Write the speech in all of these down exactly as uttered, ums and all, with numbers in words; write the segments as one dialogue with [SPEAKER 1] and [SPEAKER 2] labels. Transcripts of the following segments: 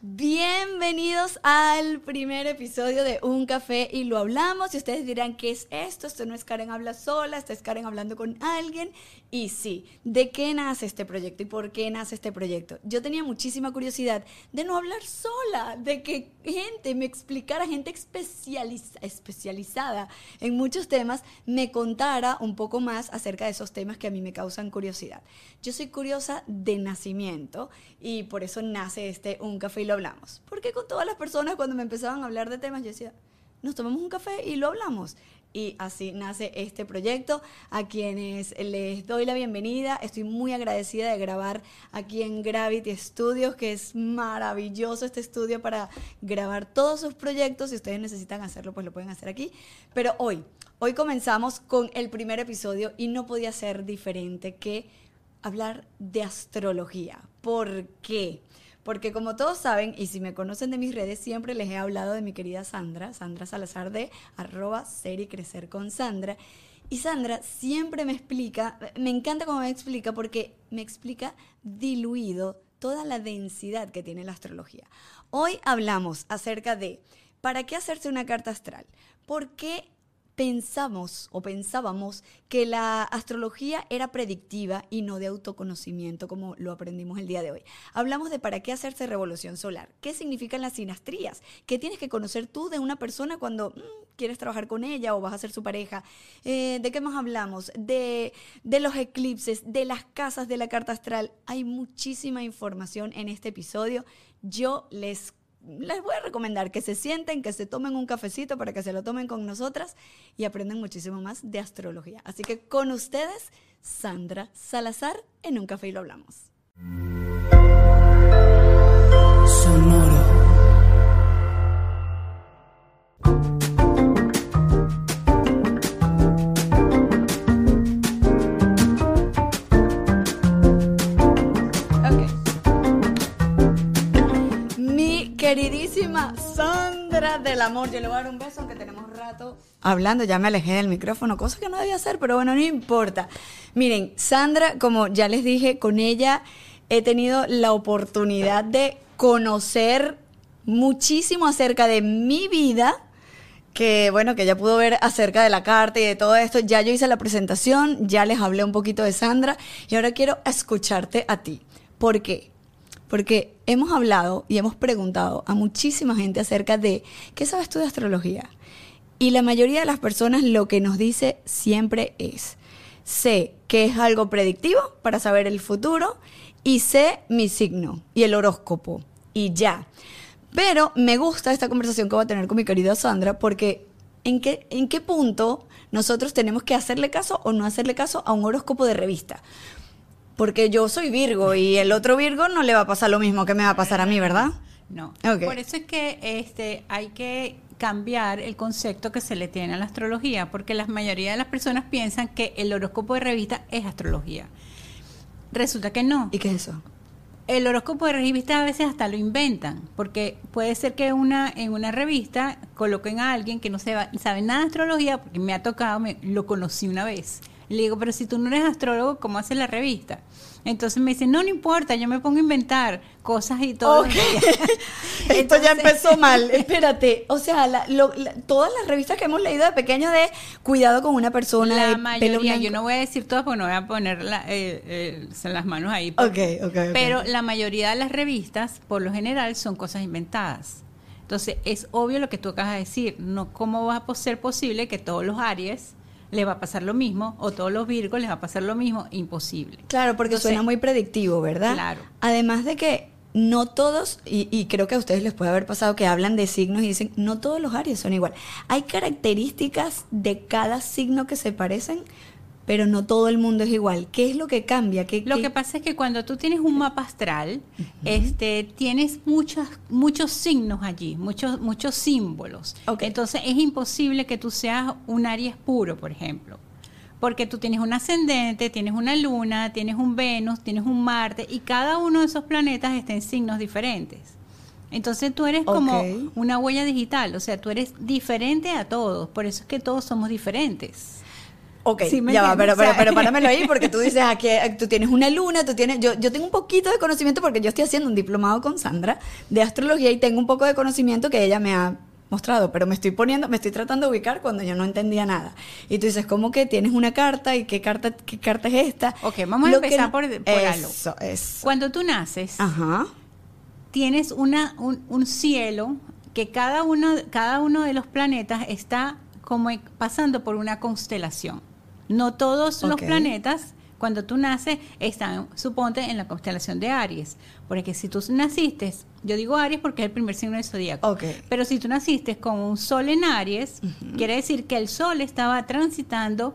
[SPEAKER 1] Bienvenidos al primer episodio de Un Café y lo hablamos. Y ustedes dirán, ¿qué es esto? Esto no es Karen habla sola, esto es Karen hablando con alguien. Y sí, ¿de qué nace este proyecto y por qué nace este proyecto? Yo tenía muchísima curiosidad de no hablar sola, de que gente me explicara, gente especializa, especializada en muchos temas, me contara un poco más acerca de esos temas que a mí me causan curiosidad. Yo soy curiosa de nacimiento y por eso nace este Un Café y lo hablamos. Porque con todas las personas cuando me empezaban a hablar de temas yo decía, nos tomamos un café y lo hablamos. Y así nace este proyecto, a quienes les doy la bienvenida. Estoy muy agradecida de grabar aquí en Gravity Studios, que es maravilloso este estudio para grabar todos sus proyectos. Si ustedes necesitan hacerlo, pues lo pueden hacer aquí. Pero hoy, hoy comenzamos con el primer episodio y no podía ser diferente que hablar de astrología. ¿Por qué? Porque como todos saben, y si me conocen de mis redes, siempre les he hablado de mi querida Sandra, Sandra Salazar de arroba ser y crecer con Sandra. Y Sandra siempre me explica, me encanta cómo me explica, porque me explica diluido toda la densidad que tiene la astrología. Hoy hablamos acerca de ¿para qué hacerse una carta astral? ¿Por qué pensamos o pensábamos que la astrología era predictiva y no de autoconocimiento como lo aprendimos el día de hoy? Hablamos de para qué hacerse revolución solar, qué significan las sinastrías, qué tienes que conocer tú de una persona cuando mmm, quieres trabajar con ella o vas a ser su pareja. Eh, ¿De qué más hablamos? De, de los eclipses, de las casas de la carta astral. Hay muchísima información en este episodio. Yo les Les voy a recomendar que se sienten, que se tomen un cafecito para que se lo tomen con nosotras y aprendan muchísimo más de astrología. Así que con ustedes, Sandra Salazar, en Un Café y lo hablamos. Sonoro. Queridísima Sandra del amor, yo le voy a dar un beso aunque tenemos rato hablando, ya me alejé del micrófono, cosa que no debía hacer, pero bueno, no importa. Miren, Sandra, como ya les dije, con ella he tenido la oportunidad de conocer muchísimo acerca de mi vida, que bueno, que ya pudo ver acerca de la carta y de todo esto. Ya yo hice la presentación, ya les hablé un poquito de Sandra y ahora quiero escucharte a ti. ¿Por qué? Porque hemos hablado y hemos preguntado a muchísima gente acerca de ¿qué sabes tú de astrología? Y la mayoría de las personas lo que nos dice siempre es: sé que es algo predictivo para saber el futuro y sé mi signo y el horóscopo y ya. Pero me gusta esta conversación que voy a tener con mi querida Sandra porque ¿en qué, en qué punto nosotros tenemos que hacerle caso o no hacerle caso a un horóscopo de revista? Porque yo soy Virgo y el otro Virgo no le va a pasar lo mismo que me va a pasar a mí, ¿verdad?
[SPEAKER 2] No.
[SPEAKER 1] Okay.
[SPEAKER 2] Por eso es que este hay que cambiar el concepto que se le tiene a la astrología, porque la mayoría de las personas piensan que el horóscopo de revista es astrología. Resulta que no.
[SPEAKER 1] ¿Y qué es eso?
[SPEAKER 2] El horóscopo de revista a veces hasta lo inventan, porque puede ser que una en una revista coloquen a alguien que no sabe, sabe nada de astrología, porque me ha tocado, me, lo conocí una vez. Le digo, pero si tú no eres astrólogo, ¿cómo haces la revista? Entonces me dicen, no, no importa, yo me pongo a inventar cosas y todo.
[SPEAKER 1] Okay. Esto Entonces, ya empezó mal. Espérate, o sea, la, lo, la, todas las revistas que hemos leído de pequeños de cuidado con una persona.
[SPEAKER 2] La
[SPEAKER 1] de
[SPEAKER 2] mayoría,
[SPEAKER 1] pelo
[SPEAKER 2] yo no voy a decir todas porque no voy a poner la, eh, eh, las manos ahí.
[SPEAKER 1] Okay, okay, okay.
[SPEAKER 2] Pero la mayoría de las revistas, por lo general, son cosas inventadas. Entonces, es obvio lo que tú acabas de decir. No, ¿cómo va a ser posible que todos los Aries les va a pasar lo mismo, o todos los Virgos les va a pasar lo mismo? Imposible.
[SPEAKER 1] Claro, porque Entonces, suena muy predictivo, ¿verdad?
[SPEAKER 2] Claro.
[SPEAKER 1] Además de que no todos, y, y creo que a ustedes les puede haber pasado que hablan de signos y dicen, no todos los Aries son igual. Hay características de cada signo que se parecen, pero no todo el mundo es igual. ¿Qué es lo que cambia? ¿Qué,
[SPEAKER 2] lo
[SPEAKER 1] qué?
[SPEAKER 2] que pasa es que cuando tú tienes un mapa astral, uh-huh. este, tienes muchos, muchos signos allí, muchos, muchos símbolos. Okay. Entonces es imposible que tú seas un Aries puro, por ejemplo. Porque tú tienes un ascendente, tienes una luna, tienes un Venus, tienes un Marte, y cada uno de esos planetas está en signos diferentes. Entonces tú eres como okay. una huella digital, o sea, tú eres diferente a todos, por eso es que todos somos diferentes.
[SPEAKER 1] Ok,
[SPEAKER 2] ¿Sí me
[SPEAKER 1] ya va, pero,
[SPEAKER 2] entiendes?
[SPEAKER 1] pero,
[SPEAKER 2] O sea,
[SPEAKER 1] pero páramelo ahí porque tú dices aquí, tú tienes una luna, tú tienes, yo, yo tengo un poquito de conocimiento porque yo estoy haciendo un diplomado con Sandra de astrología y tengo un poco de conocimiento que ella me ha mostrado, pero me estoy poniendo, me estoy tratando de ubicar cuando yo no entendía nada. Y tú dices, ¿cómo que tienes una carta y qué carta, qué carta es esta?
[SPEAKER 2] Ok, vamos a
[SPEAKER 1] Lo
[SPEAKER 2] empezar
[SPEAKER 1] que-
[SPEAKER 2] por, por algo.
[SPEAKER 1] Eso, eso.
[SPEAKER 2] Cuando tú naces,
[SPEAKER 1] Ajá.
[SPEAKER 2] tienes una, un, un cielo que cada uno, cada uno de los planetas está como pasando por una constelación. No todos los
[SPEAKER 1] Ok.
[SPEAKER 2] planetas, cuando tú naces, están, suponte, en la constelación de Aries. Porque si tú naciste, yo digo Aries porque es el primer signo del zodíaco.
[SPEAKER 1] Ok.
[SPEAKER 2] Pero si tú naciste con un sol en Aries, quiere decir que el sol estaba transitando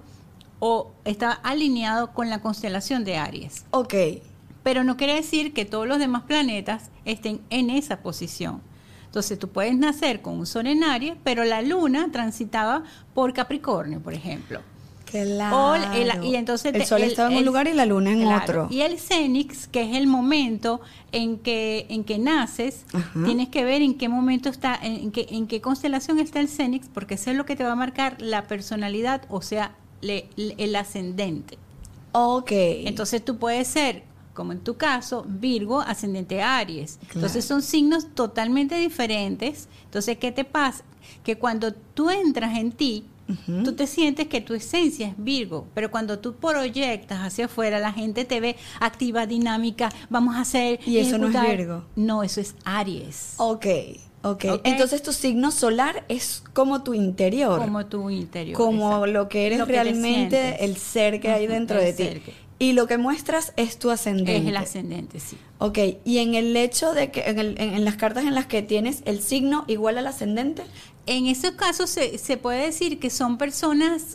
[SPEAKER 2] o estaba alineado con la constelación de Aries.
[SPEAKER 1] Ok.
[SPEAKER 2] Pero no quiere decir que todos los demás planetas estén en esa posición. Entonces tú puedes nacer con un sol en Aries, pero la luna transitaba por Capricornio, por ejemplo.
[SPEAKER 1] Claro.
[SPEAKER 2] O el- y entonces
[SPEAKER 1] el
[SPEAKER 2] te-
[SPEAKER 1] sol
[SPEAKER 2] el-
[SPEAKER 1] estaba en un
[SPEAKER 2] el-
[SPEAKER 1] lugar y la luna en
[SPEAKER 2] claro.
[SPEAKER 1] otro.
[SPEAKER 2] Y el Cénix, que es el momento en que en que naces,
[SPEAKER 1] Ajá.
[SPEAKER 2] tienes que ver en qué momento está, en, en qué en qué constelación está el Cénix, porque eso es lo que te va a marcar la personalidad, o sea, le- le- el ascendente.
[SPEAKER 1] Ok.
[SPEAKER 2] Entonces tú puedes ser, como en tu caso, Virgo, ascendente Aries.
[SPEAKER 1] Claro.
[SPEAKER 2] Entonces son signos totalmente diferentes. Entonces, ¿qué te pasa? Que cuando tú entras en ti,
[SPEAKER 1] Ujú.
[SPEAKER 2] tú te sientes que tu esencia es Virgo, pero cuando tú proyectas hacia afuera, la gente te ve activa, dinámica, vamos a hacer...
[SPEAKER 1] Y eso no es
[SPEAKER 2] ejecutar.
[SPEAKER 1] Virgo.
[SPEAKER 2] No, eso es Aries.
[SPEAKER 1] Ok, ok.
[SPEAKER 2] Ok.
[SPEAKER 1] Entonces tu signo solar es como tu interior.
[SPEAKER 2] Como tu interior.
[SPEAKER 1] Como
[SPEAKER 2] exacto.
[SPEAKER 1] lo que eres
[SPEAKER 2] Lo que te
[SPEAKER 1] realmente,
[SPEAKER 2] sientes.
[SPEAKER 1] el ser que hay
[SPEAKER 2] Ujú,
[SPEAKER 1] dentro
[SPEAKER 2] el
[SPEAKER 1] de ti.
[SPEAKER 2] ser que-
[SPEAKER 1] Y lo que muestras es tu ascendente.
[SPEAKER 2] Es el ascendente, sí.
[SPEAKER 1] Ok, y en el hecho de que, en, el- en- en las cartas en las que tienes el signo igual al ascendente.
[SPEAKER 2] En esos casos se, se puede decir que son personas,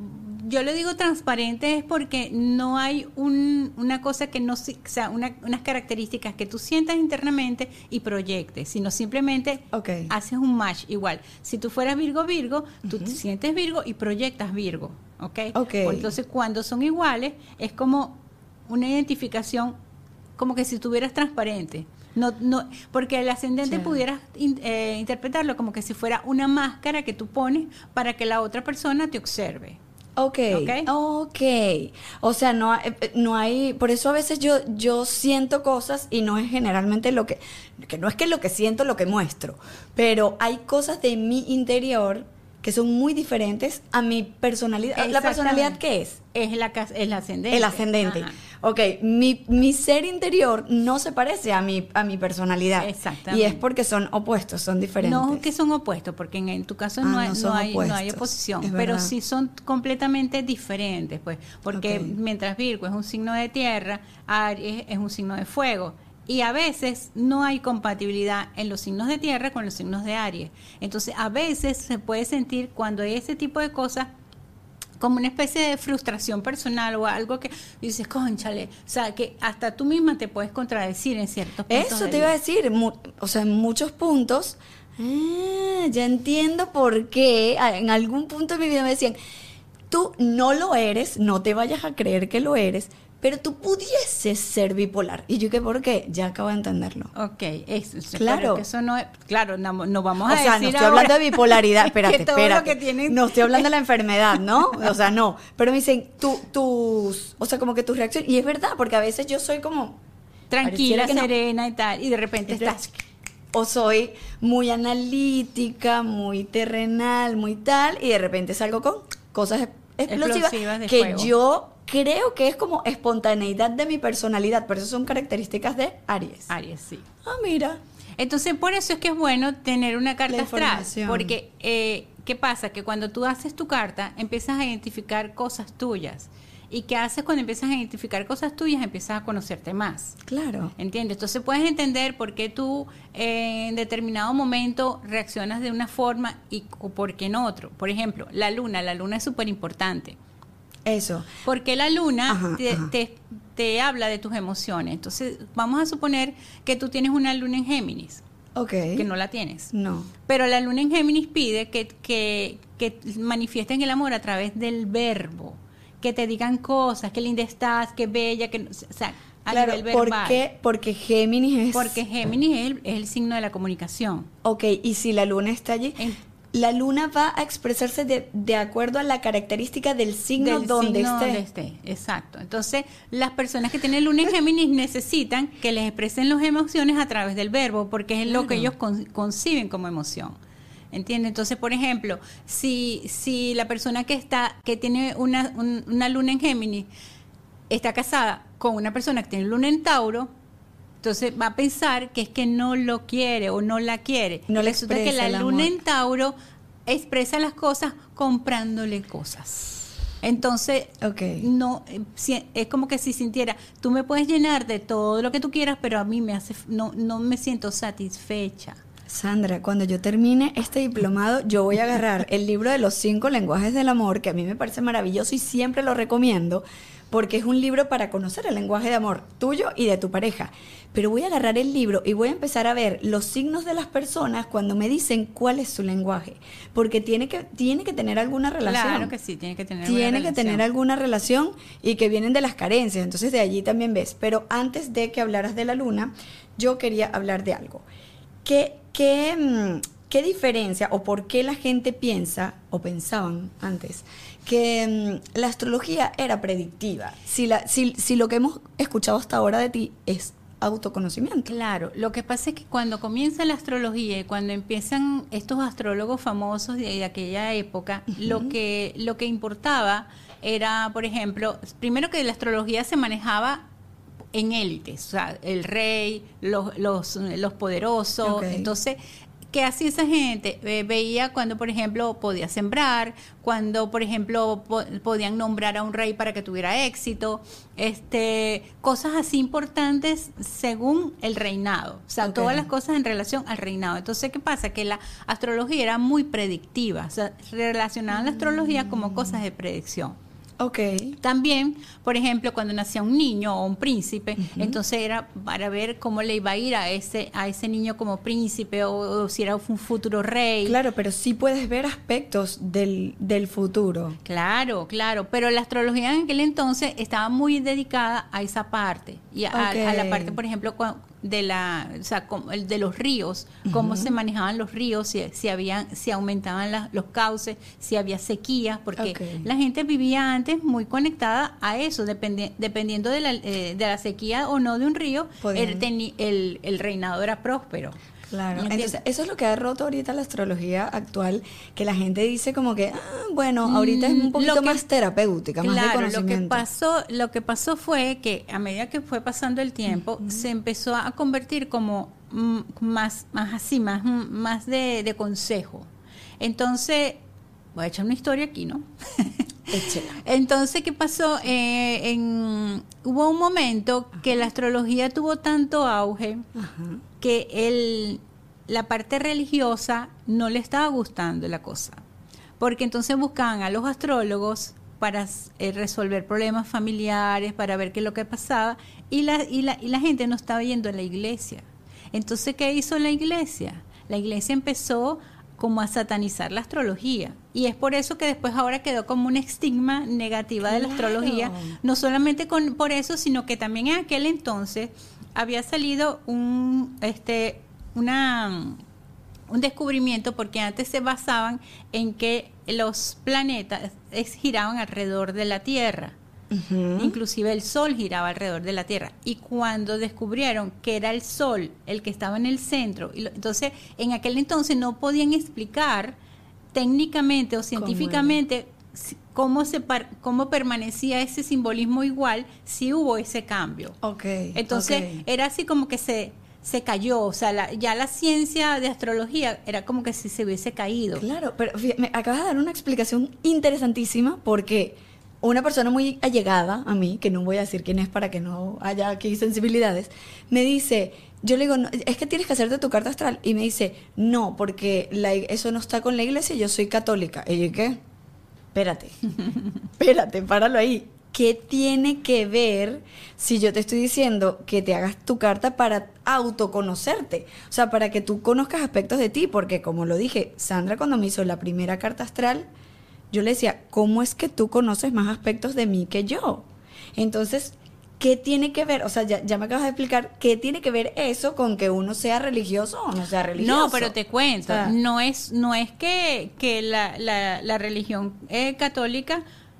[SPEAKER 2] yo le digo transparentes porque no hay un, una cosa que no, se- o sea, una- unas características que tú sientas internamente y proyectes, sino simplemente
[SPEAKER 1] Ok.
[SPEAKER 2] haces un match igual. Si tú fueras Virgo, Virgo, tú te sientes Virgo y proyectas Virgo, ¿ok?
[SPEAKER 1] Ok.
[SPEAKER 2] Entonces cuando son iguales es como una identificación, como que si tuvieras transparente. No, no, porque el ascendente
[SPEAKER 1] Ya.
[SPEAKER 2] pudieras in- eh, interpretarlo como que si fuera una máscara que tú pones para que la otra persona te observe.
[SPEAKER 1] Ok,
[SPEAKER 2] Ok.
[SPEAKER 1] ok. O sea, no, hay- eh, no hay, por eso a veces yo, yo siento cosas y no es generalmente lo que, que no es que lo que siento, lo que muestro, pero hay cosas de mi interior que son muy diferentes a mi personalidad. ¿La personalidad qué es?
[SPEAKER 2] Es la cas- el ascendente.
[SPEAKER 1] El ascendente.
[SPEAKER 2] Ajá.
[SPEAKER 1] Ok, mi, mi ser interior no se parece a mi, a mi personalidad.
[SPEAKER 2] Exactamente.
[SPEAKER 1] Y es porque son opuestos, son diferentes.
[SPEAKER 2] No que son opuestos, porque en, en tu caso
[SPEAKER 1] Ah,
[SPEAKER 2] no, hay,
[SPEAKER 1] no
[SPEAKER 2] no,
[SPEAKER 1] son
[SPEAKER 2] hay, no hay
[SPEAKER 1] opuestos,
[SPEAKER 2] oposición,
[SPEAKER 1] es
[SPEAKER 2] pero
[SPEAKER 1] verdad.
[SPEAKER 2] sí son completamente diferentes, pues, porque
[SPEAKER 1] Ok.
[SPEAKER 2] mientras Virgo es un signo de tierra, Aries es un signo de fuego. Y a veces no hay compatibilidad en los signos de tierra con los signos de Aries. Entonces, a veces se puede sentir cuando hay ese tipo de cosas como una especie de frustración personal o algo que dices, cónchale, o sea, que hasta tú misma te puedes contradecir en ciertos puntos.
[SPEAKER 1] Eso
[SPEAKER 2] de
[SPEAKER 1] te iba a
[SPEAKER 2] vista.
[SPEAKER 1] decir, mu- o sea, en muchos puntos, ah, ya entiendo por qué ah, en algún punto de mi vida me decían, tú no lo eres, no te vayas a creer que lo eres, pero tú pudieses ser bipolar. Y yo, ¿qué por qué? Ya acabo de entenderlo.
[SPEAKER 2] Ok, es, es-
[SPEAKER 1] Claro.
[SPEAKER 2] pero que eso no es, claro, no, no vamos
[SPEAKER 1] O
[SPEAKER 2] a
[SPEAKER 1] sea, no
[SPEAKER 2] decir
[SPEAKER 1] estoy
[SPEAKER 2] ahora
[SPEAKER 1] hablando de bipolaridad, espérate,
[SPEAKER 2] que todo lo
[SPEAKER 1] espérate.
[SPEAKER 2] que tienen-
[SPEAKER 1] No estoy hablando de la enfermedad, ¿no? O sea, no. Pero me dicen, tú, tus, o sea, como que tus reacciones, y es verdad, porque a veces yo soy como,
[SPEAKER 2] tranquila,
[SPEAKER 1] pareciera que no.
[SPEAKER 2] serena y tal, y de repente
[SPEAKER 1] Este-
[SPEAKER 2] estás...
[SPEAKER 1] o soy muy analítica, muy terrenal, muy tal, y de repente salgo con cosas e- explosivas,
[SPEAKER 2] Explosivas de
[SPEAKER 1] que
[SPEAKER 2] fuego.
[SPEAKER 1] yo creo que es como espontaneidad de mi personalidad, pero eso son características de Aries.
[SPEAKER 2] Aries, sí.
[SPEAKER 1] Ah, mira.
[SPEAKER 2] Entonces, por eso es que es bueno tener una carta
[SPEAKER 1] La
[SPEAKER 2] astral,
[SPEAKER 1] información.
[SPEAKER 2] porque eh, ¿qué pasa? Que cuando tú haces tu carta, empiezas a identificar cosas tuyas. ¿Y qué haces cuando empiezas a identificar cosas tuyas? Empiezas a conocerte más.
[SPEAKER 1] Claro.
[SPEAKER 2] ¿Entiendes? Entonces puedes entender por qué tú eh, en determinado momento reaccionas de una forma y o por qué en otro. Por ejemplo, la luna. La luna es súper importante.
[SPEAKER 1] Eso.
[SPEAKER 2] Porque la luna
[SPEAKER 1] Ajá,
[SPEAKER 2] te,
[SPEAKER 1] ajá.
[SPEAKER 2] te- te habla de tus emociones. Entonces, vamos a suponer que tú tienes una luna en Géminis,
[SPEAKER 1] Ok.
[SPEAKER 2] que no la tienes.
[SPEAKER 1] No.
[SPEAKER 2] Pero la luna en Géminis pide que, que, que manifiesten el amor a través del verbo, que te digan cosas, que linda estás, que bella, que, o sea, a
[SPEAKER 1] Claro,
[SPEAKER 2] nivel
[SPEAKER 1] ¿por
[SPEAKER 2] verbal.
[SPEAKER 1] qué? Porque Géminis es...
[SPEAKER 2] Porque Géminis es el, es el signo de la comunicación.
[SPEAKER 1] Ok, y si la luna está allí...
[SPEAKER 2] En-
[SPEAKER 1] la luna va a expresarse de, de acuerdo a la característica del signo
[SPEAKER 2] del
[SPEAKER 1] donde
[SPEAKER 2] signo
[SPEAKER 1] esté.
[SPEAKER 2] donde esté. Exacto. Entonces, las personas que tienen luna en Géminis necesitan que les expresen las emociones a través del verbo, porque es
[SPEAKER 1] Claro.
[SPEAKER 2] lo que ellos con, conciben como emoción. ¿Entiendes? Entonces, por ejemplo, si, si la persona que está, que tiene una, un, una luna en Géminis, está casada con una persona que tiene luna en Tauro, entonces va a pensar que es que no lo quiere o no la quiere.
[SPEAKER 1] No le
[SPEAKER 2] Resulta que
[SPEAKER 1] expresa
[SPEAKER 2] la
[SPEAKER 1] el
[SPEAKER 2] luna
[SPEAKER 1] amor.
[SPEAKER 2] en Tauro expresa las cosas comprándole cosas. Entonces,
[SPEAKER 1] Ok.
[SPEAKER 2] no eh, si- es como que si sintiera, tú me puedes llenar de todo lo que tú quieras, pero a mí me hace no no me siento satisfecha.
[SPEAKER 1] Sandra, cuando yo termine este diplomado, yo voy a agarrar el libro de los cinco lenguajes del amor, que a mí me parece maravilloso y siempre lo recomiendo, porque es un libro para conocer el lenguaje de amor tuyo y de tu pareja. Pero voy a agarrar el libro y voy a empezar a ver los signos de las personas cuando me dicen cuál es su lenguaje, porque tiene que, tiene que tener alguna relación.
[SPEAKER 2] Claro que sí, tiene que tener alguna
[SPEAKER 1] Tiene que
[SPEAKER 2] relación.
[SPEAKER 1] tener alguna relación y que vienen de las carencias, entonces de allí también ves. Pero antes de que hablaras de la luna, yo quería hablar de algo. ¿Qué, qué, mm, qué diferencia o por qué la gente piensa, o pensaban antes, que mm, la astrología era predictiva? Si, la, si, si lo que hemos escuchado hasta ahora de ti es autoconocimiento.
[SPEAKER 2] Claro, lo que pasa es que cuando comienza la astrología y cuando empiezan estos astrólogos famosos de, de aquella época, uh-huh. lo que lo que importaba era, por ejemplo, primero que la astrología se manejaba en élites, o sea, el rey, los los, los poderosos,
[SPEAKER 1] Okay.
[SPEAKER 2] entonces ¿qué hacía esa gente? Eh, veía cuando, por ejemplo, podía sembrar, cuando, por ejemplo, po podían nombrar a un rey para que tuviera éxito, este, cosas así importantes según el reinado. O sea, okay. todas las cosas en relación al reinado. Entonces, ¿qué pasa? Que la astrología era muy predictiva. O sea, relacionaban la astrología como cosas de predicción.
[SPEAKER 1] Okay.
[SPEAKER 2] También, por ejemplo, cuando nacía un niño o un príncipe, uh-huh. entonces era para ver cómo le iba a ir a ese a ese niño como príncipe o, o si era un futuro rey.
[SPEAKER 1] Claro, pero sí puedes ver aspectos del, del futuro.
[SPEAKER 2] Claro, claro, pero la astrología en aquel entonces estaba muy dedicada a esa parte y a, okay. a, a la parte, por ejemplo, de la, o sea, de los ríos, uh-huh. cómo se manejaban los ríos, si, si habían, si aumentaban la, los cauces, si había sequías, porque okay. la gente vivía antes muy conectada a eso, dependi dependiendo de la, eh, de la sequía o no de un río, el, el, el reinado era próspero.
[SPEAKER 1] Claro, entonces eso es lo que ha roto ahorita la astrología actual, que la gente dice como que, ah, bueno, ahorita es un poquito que, más terapéutica,
[SPEAKER 2] claro,
[SPEAKER 1] más de conocimiento.
[SPEAKER 2] Lo que pasó, lo que pasó fue que a medida que fue pasando el tiempo, uh-huh. se empezó a convertir como mm, más, más así, más, más de, de consejo. Entonces, voy a echar una historia aquí, ¿no?
[SPEAKER 1] Échela.
[SPEAKER 2] Entonces, ¿qué pasó? Eh, en, hubo un momento uh-huh. que la astrología tuvo tanto auge uh-huh. que el, la parte religiosa no le estaba gustando la cosa. Porque entonces buscaban a los astrólogos para eh, resolver problemas familiares, para ver qué es lo que pasaba, y la, y, la, y la gente no estaba yendo a la iglesia. Entonces, ¿qué hizo la iglesia? La iglesia empezó como a satanizar la astrología, y es por eso que después ahora quedó como un estigma negativa de la
[SPEAKER 1] claro.
[SPEAKER 2] astrología, no solamente con, por eso, sino que también en aquel entonces había salido un este una un descubrimiento, porque antes se basaban en que los planetas giraban alrededor de la Tierra. Uh-huh. Inclusive el Sol giraba alrededor de la Tierra, y cuando descubrieron que era el Sol el que estaba en el centro, y lo, entonces en aquel entonces no podían explicar técnicamente o científicamente cómo se par, cómo permanecía ese simbolismo igual si hubo ese cambio.
[SPEAKER 1] Okay,
[SPEAKER 2] entonces
[SPEAKER 1] okay.
[SPEAKER 2] era así como que se se cayó, o sea, la, ya la ciencia de astrología era como que si se hubiese caído.
[SPEAKER 1] Claro, pero fíjate, me acabas de dar una explicación interesantísima, porque una persona muy allegada a mí, que no voy a decir quién es para que no haya aquí sensibilidades, me dice, yo le digo, no, es que tienes que hacerte tu carta astral, y me dice, no, porque la, eso no está con la iglesia, yo soy católica. Y yo, ¿qué? Espérate, espérate, páralo ahí. ¿Qué tiene que ver si yo te estoy diciendo que te hagas tu carta para autoconocerte? O sea, para que tú conozcas aspectos de ti, porque como lo dije, Sandra cuando me hizo la primera carta astral, yo le decía, ¿cómo es que tú conoces más aspectos de mí que yo? Entonces, ¿qué tiene que ver? O sea, ya, ya me acabas de explicar, ¿qué tiene que ver eso con que uno sea religioso o no sea religioso?
[SPEAKER 2] No, pero te cuento,
[SPEAKER 1] O sea,
[SPEAKER 2] no es no es que, que la, la, la religión eh, católica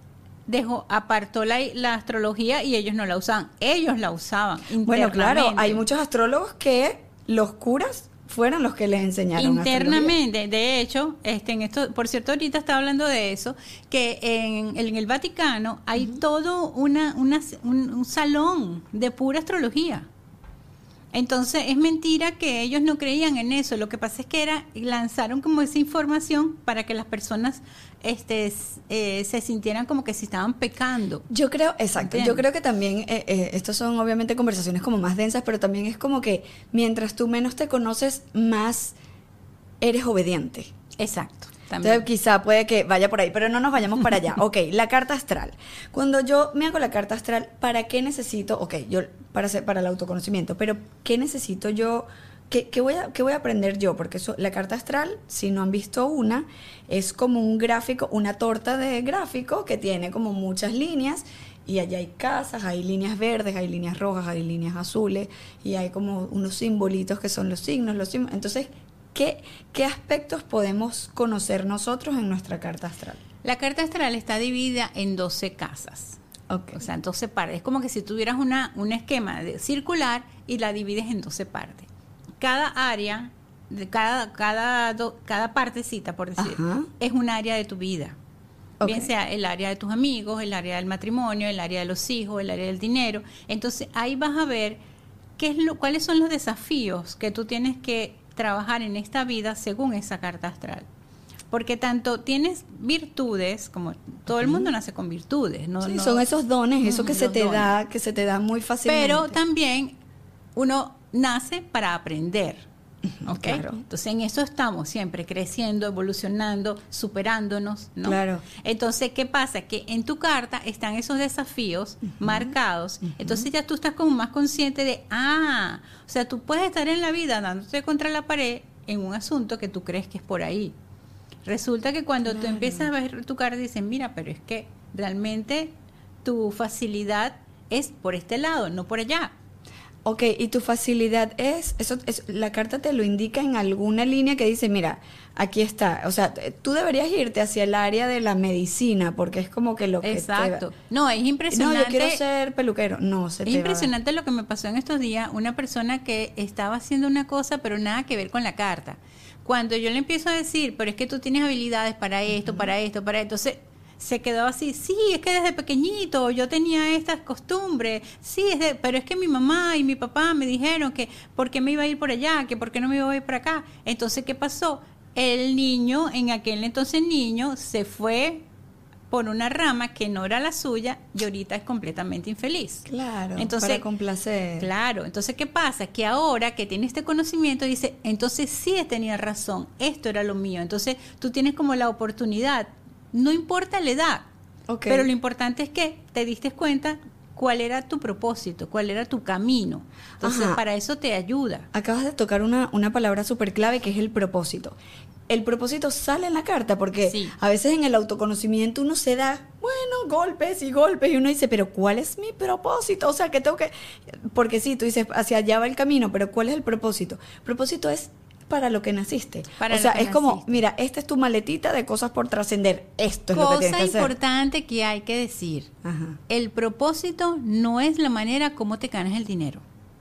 [SPEAKER 2] dejó apartó la, la astrología y ellos no la usaban, ellos la usaban
[SPEAKER 1] bueno, claro,
[SPEAKER 2] internamente.
[SPEAKER 1] hay muchos astrólogos que los curas fueron los que les enseñaron
[SPEAKER 2] internamente.
[SPEAKER 1] astrología.
[SPEAKER 2] De hecho, este, en esto, por cierto, ahorita estaba hablando de eso, que en, en el Vaticano hay uh-huh. todo una, una, un, un salón de pura astrología. Entonces, es mentira que ellos no creían en eso. Lo que pasa es que era lanzaron como esa información para que las personas este, eh, se sintieran como que si estaban pecando.
[SPEAKER 1] Yo creo, exacto, ¿entiendes? Yo creo que también, eh, eh, estos son obviamente conversaciones como más densas, pero también es como que mientras tú menos te conoces, más eres obediente.
[SPEAKER 2] Exacto.
[SPEAKER 1] También. Entonces quizá puede que vaya por ahí, pero no nos vayamos para allá. Ok, la carta astral. Cuando yo me hago la carta astral, ¿para qué necesito? Ok, yo para hacer, para el autoconocimiento, pero ¿qué necesito yo? ¿Qué, qué voy a, qué voy a aprender yo? Porque eso, la carta astral, si no han visto una, es como un gráfico, una torta de gráfico que tiene como muchas líneas y allá hay casas, hay líneas verdes, hay líneas rojas, hay líneas azules y hay como unos simbolitos que son los signos, los signos. Entonces, ¿Qué, ¿Qué aspectos podemos conocer nosotros en nuestra carta astral?
[SPEAKER 2] La carta astral está dividida en doce casas. Okay. O sea, en doce partes. Es como que si tuvieras una, un esquema de circular y la divides en doce partes. Cada área, de cada, cada, do, cada partecita, por decir, Ajá. es un área de tu vida. Okay. Bien sea el área de tus amigos, el área del matrimonio, el área de los hijos, el área del dinero. Entonces, ahí vas a ver qué es lo, cuáles son los desafíos que tú tienes que trabajar en esta vida según esa carta astral. Porque tanto tienes virtudes, como todo el mundo nace con virtudes, ¿no?
[SPEAKER 1] Sí,
[SPEAKER 2] no,
[SPEAKER 1] son esos dones, eso
[SPEAKER 2] uh,
[SPEAKER 1] que se te
[SPEAKER 2] dones.
[SPEAKER 1] da, que se te da muy fácilmente.
[SPEAKER 2] Pero también uno nace para aprender. ¿Okay?
[SPEAKER 1] Claro.
[SPEAKER 2] Entonces en eso estamos siempre creciendo, evolucionando, superándonos, ¿no?
[SPEAKER 1] Claro.
[SPEAKER 2] Entonces, ¿qué pasa? Que en tu carta están esos desafíos uh-huh. marcados, uh-huh. entonces ya tú estás como más consciente de, ah, o sea, tú puedes estar en la vida dándote contra la pared en un asunto que tú crees que es por ahí. Resulta que cuando claro. tú empiezas a ver tu carta dices, mira, pero es que realmente tu facilidad es por este lado, no por allá.
[SPEAKER 1] Ok, y tu facilidad es, eso, es, la carta te lo indica en alguna línea que dice, mira, aquí está, o sea, tú deberías irte hacia el área de la medicina, porque es como que lo que
[SPEAKER 2] Exacto.
[SPEAKER 1] te...
[SPEAKER 2] No, es impresionante.
[SPEAKER 1] No, yo quiero ser peluquero, no, se
[SPEAKER 2] Es
[SPEAKER 1] te
[SPEAKER 2] impresionante
[SPEAKER 1] va.
[SPEAKER 2] Lo que me pasó en estos días, una persona que estaba haciendo una cosa, pero nada que ver con la carta. Cuando yo le empiezo a decir, pero es que tú tienes habilidades para esto, uh-huh. para esto, para esto, entonces... se quedó así, sí, es que desde pequeñito yo tenía estas costumbres, sí, es de, pero es que mi mamá y mi papá me dijeron que por qué me iba a ir por allá, que por qué no me iba a ir por acá. Entonces, ¿qué pasó? El niño, en aquel entonces niño, se fue por una rama que no era la suya y ahorita es completamente infeliz.
[SPEAKER 1] Claro,
[SPEAKER 2] entonces,
[SPEAKER 1] para complacer.
[SPEAKER 2] Claro, entonces, ¿qué pasa? Que ahora que tiene este conocimiento, dice, entonces sí tenía razón, esto era lo mío. Entonces, tú tienes como la oportunidad. No importa la edad, okay. pero lo importante es que te diste cuenta cuál era tu propósito, cuál era tu camino. Entonces, Ajá. para eso te ayuda.
[SPEAKER 1] Acabas de tocar una, una palabra súper clave que es el propósito. El propósito sale en la carta porque sí. a veces en el autoconocimiento uno se da, bueno, golpes y golpes y uno dice, pero ¿cuál es mi propósito? O sea, que tengo que... Porque sí, tú dices, hacia allá va el camino, pero ¿cuál es el propósito? El propósito es... para lo que naciste. Para o sea, es naciste. Como, mira, esta es tu maletita de cosas por trascender. Esto es
[SPEAKER 2] Cosa
[SPEAKER 1] lo que tienes que hacer.
[SPEAKER 2] Cosa importante que hay que decir.
[SPEAKER 1] Ajá.
[SPEAKER 2] El propósito no es la manera como te ganas el dinero.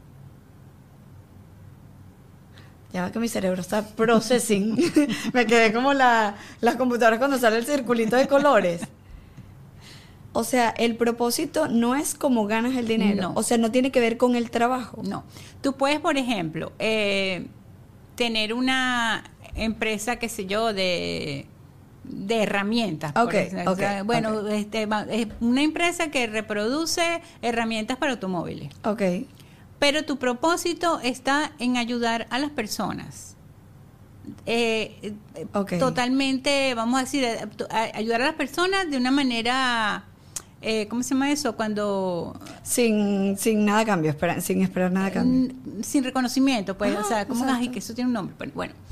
[SPEAKER 1] Ya va que mi cerebro está processing. Me quedé como la, las computadoras cuando sale el circulito de colores. O sea, el propósito no es cómo ganas el dinero.
[SPEAKER 2] No.
[SPEAKER 1] O sea, no tiene que ver con el trabajo.
[SPEAKER 2] No. Tú puedes, por ejemplo, eh, tener una empresa, qué sé yo, de, de herramientas.
[SPEAKER 1] Okay,
[SPEAKER 2] por
[SPEAKER 1] okay,
[SPEAKER 2] o sea, bueno,
[SPEAKER 1] okay.
[SPEAKER 2] Este, es una empresa que reproduce herramientas para automóviles.
[SPEAKER 1] Ok.
[SPEAKER 2] Pero tu propósito está en ayudar a las personas. Eh, okay. Totalmente, vamos a decir, a, a ayudar a las personas de una manera... Eh, ¿Cómo se llama eso? Cuando...
[SPEAKER 1] Sin sin nada cambio, espera, sin esperar nada cambio.
[SPEAKER 2] Sin reconocimiento, pues,
[SPEAKER 1] Ah,
[SPEAKER 2] o sea, ¿cómo
[SPEAKER 1] exacto.
[SPEAKER 2] ay, que eso tiene un nombre? Pero, bueno,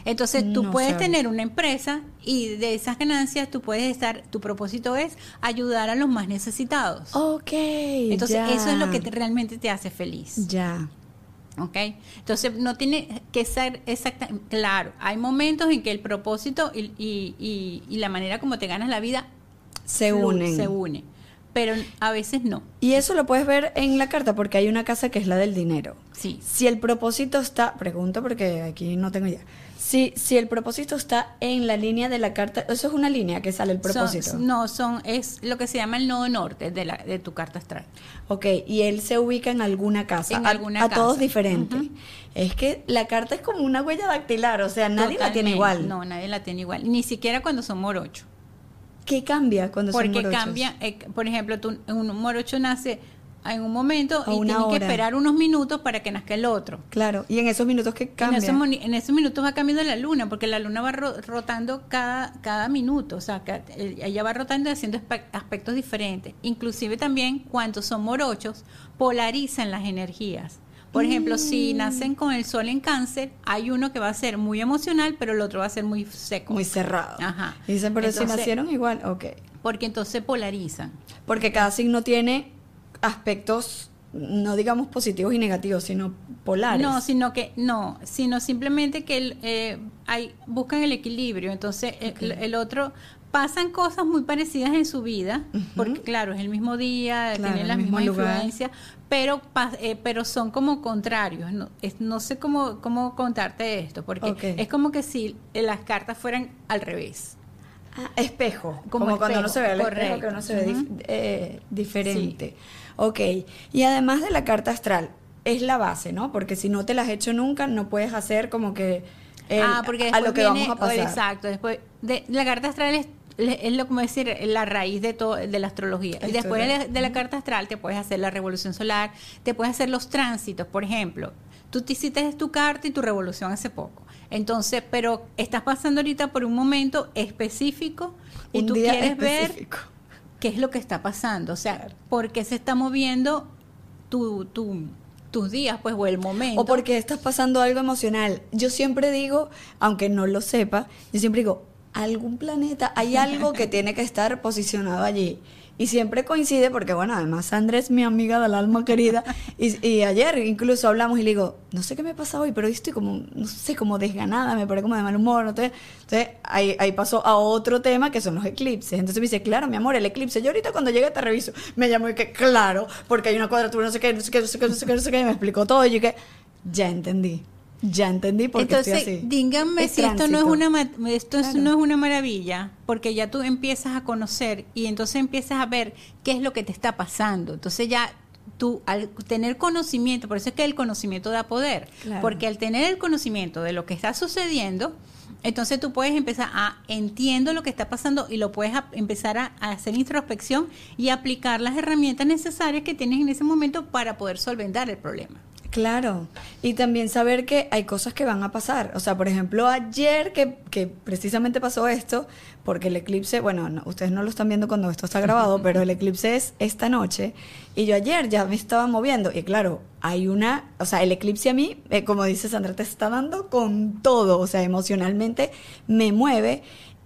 [SPEAKER 2] Entonces tú
[SPEAKER 1] No
[SPEAKER 2] puedes
[SPEAKER 1] sabes.
[SPEAKER 2] tener una empresa y de esas ganancias tú puedes estar, tu propósito es ayudar a los más necesitados.
[SPEAKER 1] Ok,
[SPEAKER 2] Entonces
[SPEAKER 1] ya.
[SPEAKER 2] eso es lo que te- realmente te hace feliz.
[SPEAKER 1] Ya.
[SPEAKER 2] ¿Ok? Entonces no tiene que ser exacta, claro, hay momentos en que el propósito y, y, y, y la manera como te ganas la vida
[SPEAKER 1] Se
[SPEAKER 2] flu-
[SPEAKER 1] unen.
[SPEAKER 2] se une, pero a veces no.
[SPEAKER 1] Y eso lo puedes ver en la carta porque hay una casa que es la del dinero.
[SPEAKER 2] Sí.
[SPEAKER 1] Si el propósito está, pregunto porque aquí no tengo idea. Si, si el propósito está en la línea de la carta, eso es una línea que sale el propósito.
[SPEAKER 2] Son- no, son, es lo que se llama el nodo norte de, la, de tu carta astral.
[SPEAKER 1] Ok, y él se ubica en alguna casa.
[SPEAKER 2] En
[SPEAKER 1] a,
[SPEAKER 2] alguna
[SPEAKER 1] a todos
[SPEAKER 2] casa.
[SPEAKER 1] diferente.
[SPEAKER 2] Ujú.
[SPEAKER 1] Es que la carta es como una huella dactilar, o sea, nadie la tiene
[SPEAKER 2] Totalmente.
[SPEAKER 1] igual.
[SPEAKER 2] No, nadie la tiene igual. Ni siquiera cuando son morocho.
[SPEAKER 1] ¿Qué cambia cuando son
[SPEAKER 2] Porque
[SPEAKER 1] morochos?
[SPEAKER 2] cambia, eh, por ejemplo, tú, un morocho nace en un momento
[SPEAKER 1] A
[SPEAKER 2] y
[SPEAKER 1] una
[SPEAKER 2] tiene que
[SPEAKER 1] hora.
[SPEAKER 2] esperar unos minutos para que nazca el otro.
[SPEAKER 1] Claro, y en esos minutos que
[SPEAKER 2] En
[SPEAKER 1] cambia.
[SPEAKER 2] esos, moni- en esos minutos va cambiando la luna, porque la luna va ro- rotando cada, cada minuto, o sea, que eh, ella va rotando y haciendo espe- aspectos diferentes. Inclusive también, cuando son morochos, polarizan las energías. Por ejemplo, si nacen con el sol en cáncer, hay uno que va a ser muy emocional, pero el otro va a ser muy seco.
[SPEAKER 1] Muy cerrado.
[SPEAKER 2] Ajá.
[SPEAKER 1] Y dicen, pero si
[SPEAKER 2] Entonces-
[SPEAKER 1] nacieron igual, ok.
[SPEAKER 2] Porque entonces polarizan.
[SPEAKER 1] Porque cada signo tiene aspectos, no digamos positivos y negativos, sino polares.
[SPEAKER 2] No, sino que no, sino simplemente que el, eh, hay, buscan el equilibrio. Entonces el-
[SPEAKER 1] Ok.
[SPEAKER 2] el, otro pasan cosas muy parecidas en su vida,
[SPEAKER 1] Ujú.
[SPEAKER 2] porque claro es el mismo día,
[SPEAKER 1] Claro,
[SPEAKER 2] tienen la
[SPEAKER 1] el mismo
[SPEAKER 2] misma
[SPEAKER 1] lugar.
[SPEAKER 2] influencia, pero pa- eh, pero son como contrarios. No, es- no sé cómo cómo contarte esto, porque
[SPEAKER 1] Ok.
[SPEAKER 2] es como que si las cartas fueran al revés.
[SPEAKER 1] Ah, espejo,
[SPEAKER 2] Como
[SPEAKER 1] como, cuando uno se ve
[SPEAKER 2] espejo,
[SPEAKER 1] el espejo, que
[SPEAKER 2] correcto.
[SPEAKER 1] uno se ve dif-
[SPEAKER 2] Ujú.
[SPEAKER 1] eh, diferente. Ok, y además de la carta astral, es la base, ¿no? Porque si no te la has hecho nunca, no puedes hacer como que el-
[SPEAKER 2] ah, porque
[SPEAKER 1] a
[SPEAKER 2] después
[SPEAKER 1] lo que
[SPEAKER 2] viene-
[SPEAKER 1] vamos a pasar.
[SPEAKER 2] Exacto, después de la carta astral es, es lo como decir la raíz de todo de la astrología. Y
[SPEAKER 1] Esto
[SPEAKER 2] después de
[SPEAKER 1] es-
[SPEAKER 2] la, de la carta astral te puedes hacer la revolución solar, te puedes hacer los tránsitos, por ejemplo. Tú te hiciste tu carta y tu revolución hace poco. Entonces, pero estás pasando ahorita por un momento específico y
[SPEAKER 1] Un
[SPEAKER 2] tú
[SPEAKER 1] día
[SPEAKER 2] quieres ver
[SPEAKER 1] específico.
[SPEAKER 2] qué es lo que está pasando, o sea, por qué se está moviendo tu, tu, tus días, pues, o el momento.
[SPEAKER 1] O porque estás pasando algo emocional. Yo siempre digo, aunque no lo sepa, yo siempre digo, algún planeta, hay algo que tiene que estar posicionado allí. Y siempre coincide porque, bueno, además Sandra es mi amiga del alma querida. Y, y ayer incluso hablamos y le digo, no sé qué me pasa hoy, pero hoy estoy como, no sé, como desganada, me parece como de mal humor. ¿No? Entonces, entonces ahí, ahí pasó a otro tema que son los eclipses. Entonces me dice, claro, mi amor, el eclipse. Yo ahorita cuando llegue te reviso. Me llamó y que, claro, porque hay una cuadratura, no sé qué, no sé qué, no sé qué, no sé qué, no sé qué. Y me explicó todo. Y yo que, ya entendí. Ya entendí por qué
[SPEAKER 2] Entonces,
[SPEAKER 1] estoy así.
[SPEAKER 2] díganme
[SPEAKER 1] Es
[SPEAKER 2] si esto no es
[SPEAKER 1] tránsito.
[SPEAKER 2] una ma- esto es-
[SPEAKER 1] Claro.
[SPEAKER 2] no es una maravilla, porque ya tú empiezas a conocer y entonces empiezas a ver qué es lo que te está pasando. Entonces ya tú al tener conocimiento, por eso es que el conocimiento da poder,
[SPEAKER 1] Claro.
[SPEAKER 2] porque al tener el conocimiento de lo que está sucediendo, entonces tú puedes empezar a entiendo lo que está pasando y lo puedes a- empezar a, a hacer introspección y aplicar las herramientas necesarias que tienes en ese momento para poder solventar el problema.
[SPEAKER 1] Claro, y también saber que hay cosas que van a pasar. O sea, por ejemplo, ayer que, que precisamente pasó esto, porque el eclipse, bueno, no, ustedes no lo están viendo cuando esto está grabado, pero el eclipse es esta noche, y yo ayer ya me estaba moviendo, y claro, hay una, o sea, el eclipse a mí, eh, como dice Sandra, te está dando con todo, o sea, emocionalmente me mueve,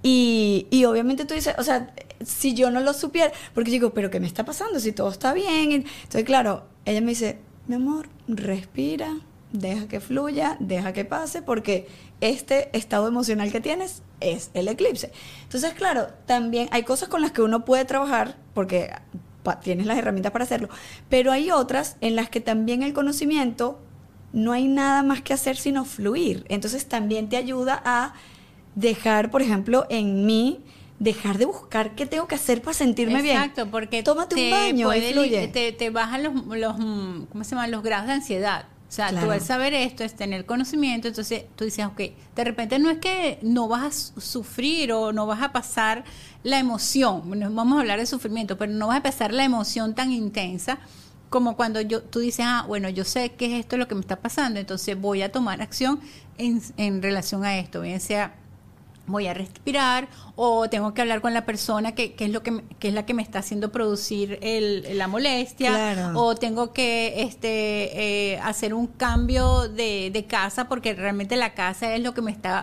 [SPEAKER 1] y, y obviamente tú dices, o sea, si yo no lo supiera, porque digo, pero ¿qué me está pasando? Si todo está bien. Entonces, claro, ella me dice, mi amor, respira, deja que fluya, deja que pase, porque este estado emocional que tienes es el eclipse. Entonces, claro, también hay cosas con las que uno puede trabajar, porque pa- tienes las herramientas para hacerlo, pero hay otras en las que también el conocimiento no hay nada más que hacer sino fluir. Entonces, también te ayuda a dejar, por ejemplo, en mí, dejar de buscar qué tengo que hacer para sentirme bien.
[SPEAKER 2] Exacto, porque
[SPEAKER 1] Tómate un
[SPEAKER 2] te
[SPEAKER 1] baño y
[SPEAKER 2] puede
[SPEAKER 1] fluye.
[SPEAKER 2] li- Te, te bajan los, los, mm, ¿cómo se llaman? Los grados de ansiedad. O sea,
[SPEAKER 1] Claro.
[SPEAKER 2] tú al saber esto es tener conocimiento, entonces tú dices, ok, de repente no es que no vas a su- sufrir o no vas a pasar la emoción, bueno, vamos a hablar de sufrimiento, pero no vas a pasar la emoción tan intensa como cuando yo tú dices, ah, bueno, yo sé que es esto lo que me está pasando, entonces voy a tomar acción en, en relación a esto, bien sea voy a respirar o tengo que hablar con la persona que, que es lo que, me- que es la que me está haciendo producir el, la molestia,
[SPEAKER 1] Claro.
[SPEAKER 2] o tengo que este eh, hacer un cambio de, de casa porque realmente la casa es lo que me está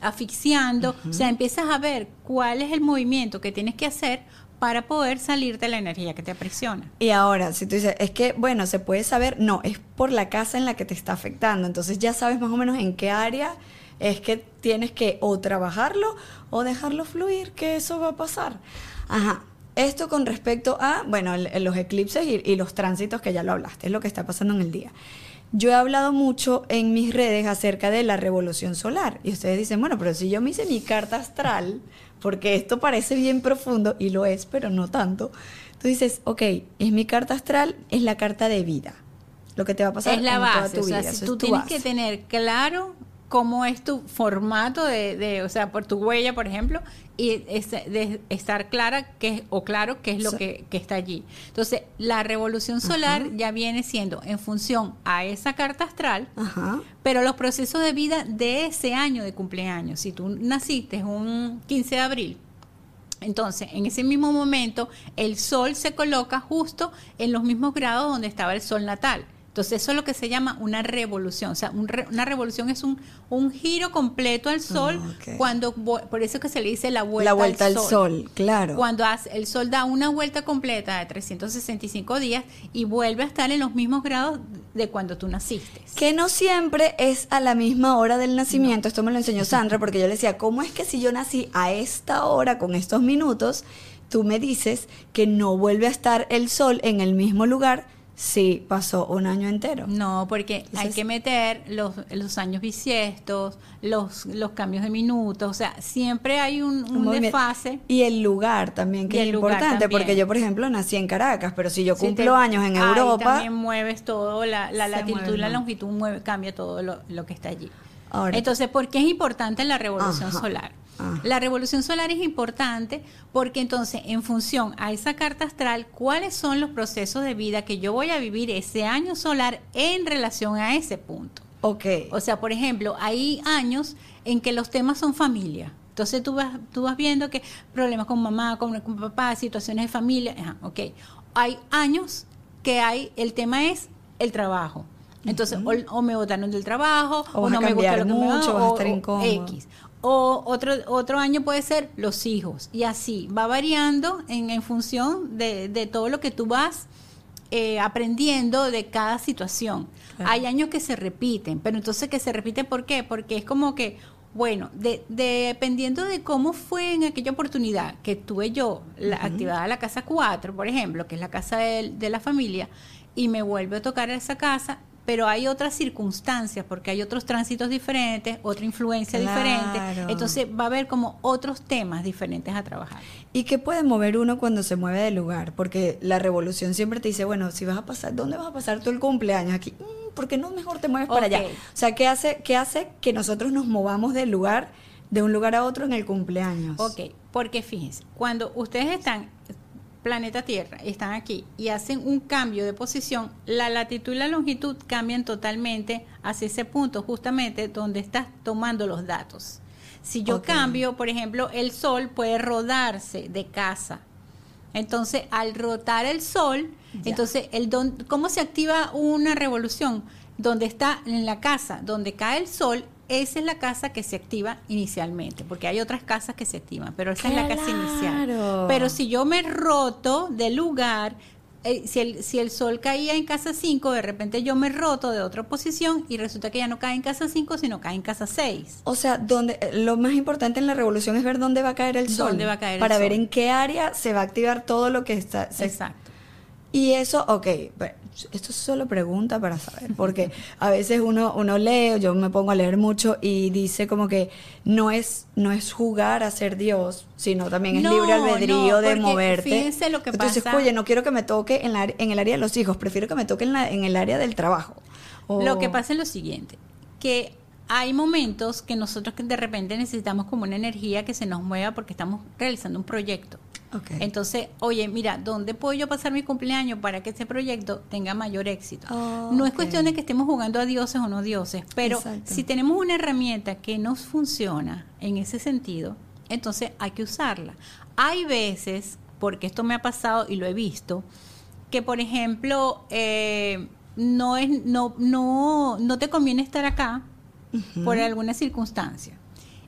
[SPEAKER 2] asfixiando, uh-huh. o sea, empiezas a ver cuál es el movimiento que tienes que hacer para poder salir de la energía que te aprisiona.
[SPEAKER 1] Y ahora, si tú dices, es que, bueno, se puede saber, no, es por la casa en la que te está afectando, entonces ya sabes más o menos en qué área es que tienes que o trabajarlo o dejarlo fluir, que eso va a pasar. Ajá. Esto con respecto a, bueno, el, los eclipses y, y los tránsitos que ya lo hablaste, es lo que está pasando en el día. Yo he hablado mucho en mis redes acerca de la revolución solar. Y ustedes dicen, bueno, pero si yo me hice mi carta astral, porque esto parece bien profundo, y lo es, pero no tanto. Tú dices, ok, es mi carta astral, es la carta de vida. Lo que te va a pasar
[SPEAKER 2] es la
[SPEAKER 1] en
[SPEAKER 2] base,
[SPEAKER 1] toda tu
[SPEAKER 2] o sea,
[SPEAKER 1] vida.
[SPEAKER 2] si
[SPEAKER 1] Eso
[SPEAKER 2] tú
[SPEAKER 1] es tu
[SPEAKER 2] tienes
[SPEAKER 1] base.
[SPEAKER 2] que tener claro cómo es tu formato de, de, o sea, por tu huella, por ejemplo, y es, de estar clara que, o claro qué es lo so, que, que está allí. Entonces, la revolución solar ajá. ya viene siendo en función a esa carta astral, ajá. pero los procesos de vida de ese año de cumpleaños. Si tú naciste un quince de abril, entonces, en ese mismo momento, el sol se coloca justo en los mismos grados donde estaba el sol natal. Entonces, eso es lo que se llama una revolución. O sea, un re, una revolución es un, un giro completo al sol, oh, okay. cuando por eso es que se le dice la vuelta,
[SPEAKER 1] la vuelta
[SPEAKER 2] al,
[SPEAKER 1] al
[SPEAKER 2] sol.
[SPEAKER 1] sol. Claro.
[SPEAKER 2] Cuando hace, el sol da una vuelta completa de trescientos sesenta y cinco días y vuelve a estar en los mismos grados de cuando tú naciste.
[SPEAKER 1] Que no siempre es a la misma hora del nacimiento. No. Esto me lo enseñó Sandra, porque yo le decía, ¿cómo es que si yo nací a esta hora con estos minutos, tú me dices que no vuelve a estar el sol en el mismo lugar? Sí, pasó un año entero.
[SPEAKER 2] No, porque entonces, hay que meter los, los años bisiestos, los, los cambios de minutos, o sea, siempre hay un, un, un desfase.
[SPEAKER 1] Y el lugar también, que es importante, porque yo, por ejemplo, nací en Caracas, pero si yo cumplo sí, te, años en ahí Europa...
[SPEAKER 2] también mueves todo, la, la latitud y la longitud mueve, cambia todo lo, lo que está allí. Ahora, entonces, ¿por qué es importante la revolución ajá. solar? Ah. La revolución solar es importante porque entonces en función a esa carta astral, ¿cuáles son los procesos de vida que yo voy a vivir ese año solar en relación a ese punto?
[SPEAKER 1] Okay.
[SPEAKER 2] O sea, por ejemplo, hay años en que los temas son familia. Entonces tú vas, tú vas viendo que problemas con mamá, con, con papá, situaciones de familia. Ajá, ok. Hay años que hay, el tema es el trabajo. Entonces, uh-huh. o, o me botaron del trabajo, o, o no me gusta lo que
[SPEAKER 1] mucho,
[SPEAKER 2] me
[SPEAKER 1] vas a estar incómodo.
[SPEAKER 2] X. O otro otro año puede ser los hijos. Y así, va variando en, en función de, de todo lo que tú vas eh, aprendiendo de cada situación. Claro. Hay años que se repiten, pero entonces que se repiten, ¿por qué? Porque es como que, bueno, de, de, dependiendo de cómo fue en aquella oportunidad que tuve yo, la uh-huh. activada la casa cuatro, por ejemplo, que es la casa de, de la familia, y me vuelve a tocar esa casa, pero hay otras circunstancias, porque hay otros tránsitos diferentes, otra influencia claro. diferente, entonces va a haber como otros temas diferentes a trabajar.
[SPEAKER 1] ¿Y qué puede mover uno cuando se mueve de lugar? Porque la revolución siempre te dice, bueno, si vas a pasar, ¿dónde vas a pasar tú el cumpleaños? Aquí, ¿por qué no mejor te mueves okay. para allá? O sea, ¿qué hace, qué hace que nosotros nos movamos del lugar, de un lugar a otro en el cumpleaños?
[SPEAKER 2] Ok, porque fíjense, cuando ustedes están... planeta Tierra, están aquí y hacen un cambio de posición, la latitud y la longitud cambian totalmente hacia ese punto justamente donde estás tomando los datos. Si yo okay. cambio, por ejemplo, el sol puede rodarse de casa. Entonces, al rotar el sol, ya. entonces, el don, ¿cómo se activa una revolución? Donde está en la casa, donde cae el sol, esa es la casa que se activa inicialmente, porque hay otras casas que se activan, pero esa claro. es la casa inicial. Pero si yo me roto del lugar, eh, si, el, si el sol caía en casa cinco, de repente yo me roto de otra posición y resulta que ya no cae en casa cinco, sino cae en casa seis.
[SPEAKER 1] O sea, donde lo más importante en la revolución es ver dónde va a caer el sol.
[SPEAKER 2] ¿Dónde va a caer
[SPEAKER 1] para
[SPEAKER 2] el
[SPEAKER 1] ver
[SPEAKER 2] sol?
[SPEAKER 1] En qué área se va a activar todo lo que está... Se,
[SPEAKER 2] Exacto.
[SPEAKER 1] Y eso, ok, esto es solo pregunta para saber, porque a veces uno uno lee, yo me pongo a leer mucho y dice como que no es no es jugar a ser Dios, sino también es no, libre albedrío no, de moverte.
[SPEAKER 2] Fíjense lo que
[SPEAKER 1] Entonces,
[SPEAKER 2] pasa.
[SPEAKER 1] oye, no quiero que me toque en, la, en el área de los hijos, prefiero que me toque en, la, en el área del trabajo. O...
[SPEAKER 2] Lo que pasa es lo siguiente, que hay momentos que nosotros de repente necesitamos como una energía que se nos mueva porque estamos realizando un proyecto. Okay. Entonces, oye, mira, ¿dónde puedo yo pasar mi cumpleaños para que ese proyecto tenga mayor éxito? Oh, no okay. es cuestión de que estemos jugando a dioses o no dioses, pero exacto. si tenemos una herramienta que nos funciona en ese sentido, entonces hay que usarla. Hay veces, porque esto me ha pasado y lo he visto, que por ejemplo, eh, no, es, no, no, no te conviene estar acá uh-huh. por alguna circunstancia.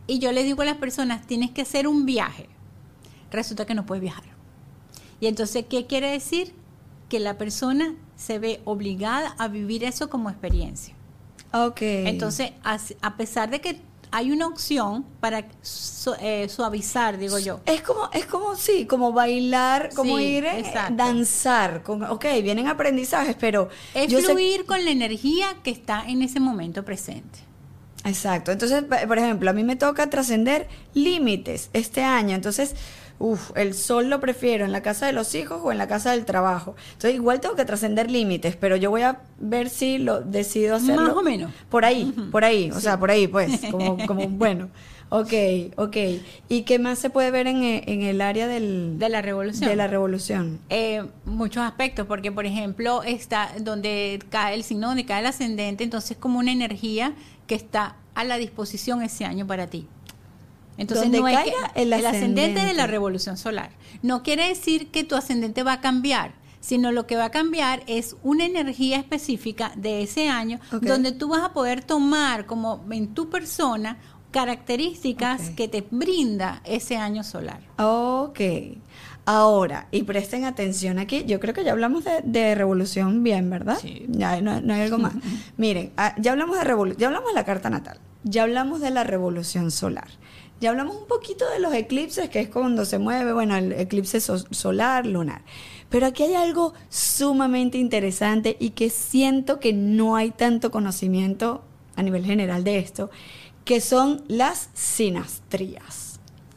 [SPEAKER 2] y yo le digo a las personas, tienes que hacer un viaje. Resulta que no puedes viajar. Y entonces, ¿qué quiere decir? Que la persona se ve obligada a vivir eso como experiencia.
[SPEAKER 1] Ok.
[SPEAKER 2] Entonces, a, a pesar de que hay una opción para su, eh, suavizar, digo yo.
[SPEAKER 1] Es como, es como, sí, como bailar, como
[SPEAKER 2] Sí,
[SPEAKER 1] ir, eh,
[SPEAKER 2] exacto.
[SPEAKER 1] danzar. Con, ok, vienen aprendizajes, pero...
[SPEAKER 2] Es
[SPEAKER 1] yo sé-
[SPEAKER 2] fluir con la energía que está en ese momento presente.
[SPEAKER 1] Exacto. Entonces, pa- por ejemplo, a mí me toca trascender límites este año. Entonces, uff, el sol lo prefiero en la casa de los hijos o en la casa del trabajo. Entonces, igual tengo que trascender límites, pero yo voy a ver si lo decido hacerlo.
[SPEAKER 2] Más o menos.
[SPEAKER 1] Por ahí, por ahí. O sea, por ahí, pues. Como, como bueno. Ok, ok. ¿Y qué más se puede ver en, e- en el área del,
[SPEAKER 2] De la revolución.
[SPEAKER 1] de la revolución?
[SPEAKER 2] Eh, muchos aspectos, porque por ejemplo está donde cae el signo, donde cae el ascendente, entonces como una energía que está a la disposición ese año para ti. Entonces
[SPEAKER 1] Donde
[SPEAKER 2] no es
[SPEAKER 1] caiga
[SPEAKER 2] que,
[SPEAKER 1] el
[SPEAKER 2] ascendente de la
[SPEAKER 1] ascendente.
[SPEAKER 2] revolución solar. No quiere decir que tu ascendente va a cambiar, sino lo que va a cambiar es una energía específica de ese año,
[SPEAKER 1] Ok.
[SPEAKER 2] donde tú vas a poder tomar como en tu persona características
[SPEAKER 1] Ok.
[SPEAKER 2] que te brinda ese año solar.
[SPEAKER 1] Ok. Ahora, y presten atención aquí, yo creo que ya hablamos de, de revolución bien, ¿verdad?
[SPEAKER 2] Sí.
[SPEAKER 1] Ya, no, no hay algo más. Miren, ah, ya hablamos de revolución, ya hablamos de la carta natal, ya hablamos de la revolución solar, ya hablamos un poquito de los eclipses, que es cuando se mueve, bueno, el eclipse so- solar, lunar. Pero aquí hay algo sumamente interesante y que siento que no hay tanto conocimiento a nivel general de esto, que son las sinastrías.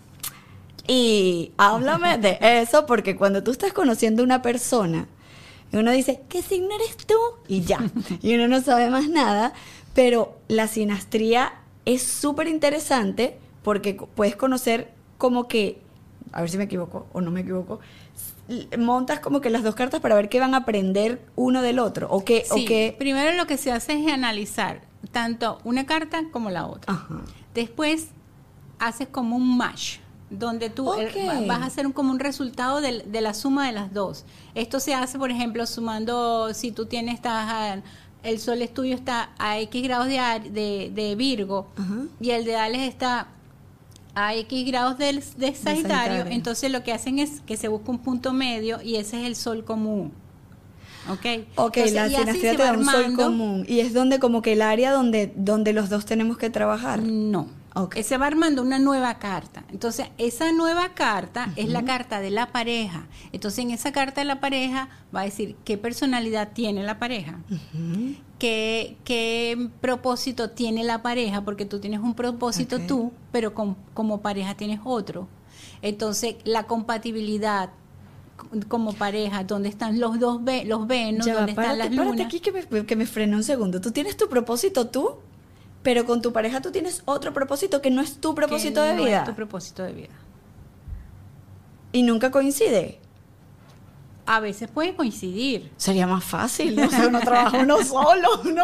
[SPEAKER 1] Y háblame de eso, porque cuando tú estás conociendo a una persona, uno dice, ¿qué signo eres tú? Y ya, y uno no sabe más nada, pero la sinastría es súper interesante porque co- puedes conocer como que, a ver si me equivoco o no me equivoco, s- montas como que las dos cartas para ver qué van a aprender uno del otro, o qué,
[SPEAKER 2] Sí,
[SPEAKER 1] o qué...
[SPEAKER 2] primero lo que se hace es analizar tanto una carta como la otra.
[SPEAKER 1] Ajá.
[SPEAKER 2] Después haces como un match, donde tú el-
[SPEAKER 1] Ok.
[SPEAKER 2] va- vas a hacer un, como un resultado del- de la suma de las dos. Esto se hace, por ejemplo, sumando, si tú tienes, estás a- el sol es tuyo está a X grados de, Ar- de, de Virgo
[SPEAKER 1] Ajá.
[SPEAKER 2] y el de Ales está a X grados del- de, Sagitario,
[SPEAKER 1] Sagitario.
[SPEAKER 2] entonces lo que hacen es que se busca un punto medio y ese es el sol común. ¿Ok?
[SPEAKER 1] Ok,
[SPEAKER 2] Entonces,
[SPEAKER 1] la
[SPEAKER 2] y así
[SPEAKER 1] sinastría
[SPEAKER 2] se
[SPEAKER 1] te
[SPEAKER 2] va
[SPEAKER 1] da un sol
[SPEAKER 2] armando.
[SPEAKER 1] común. Y es donde como que el área donde, donde los dos tenemos que trabajar.
[SPEAKER 2] No.
[SPEAKER 1] Ok.
[SPEAKER 2] Se va armando una nueva carta. Entonces, esa nueva carta es la carta de la pareja. Entonces, en esa carta de la pareja va a decir qué personalidad tiene la pareja,
[SPEAKER 1] Ujú.
[SPEAKER 2] qué, qué propósito tiene la pareja, porque tú tienes un propósito
[SPEAKER 1] Ok.
[SPEAKER 2] tú, pero con- como pareja tienes otro. Entonces, la compatibilidad c- como pareja, donde están los dos ve- los Venus,
[SPEAKER 1] Ya va,
[SPEAKER 2] donde están
[SPEAKER 1] párate,
[SPEAKER 2] las
[SPEAKER 1] párate
[SPEAKER 2] lunas.
[SPEAKER 1] aquí que me, que me frene un segundo. Tú tienes tu propósito tú, pero con tu pareja tú tienes otro propósito que no es tu propósito
[SPEAKER 2] que
[SPEAKER 1] de
[SPEAKER 2] no
[SPEAKER 1] vida.
[SPEAKER 2] es tu propósito de vida.
[SPEAKER 1] Y nunca coincide.
[SPEAKER 2] A veces puede coincidir.
[SPEAKER 1] Sería más fácil, ¿no? O sea, uno trabaja uno solo, ¿no?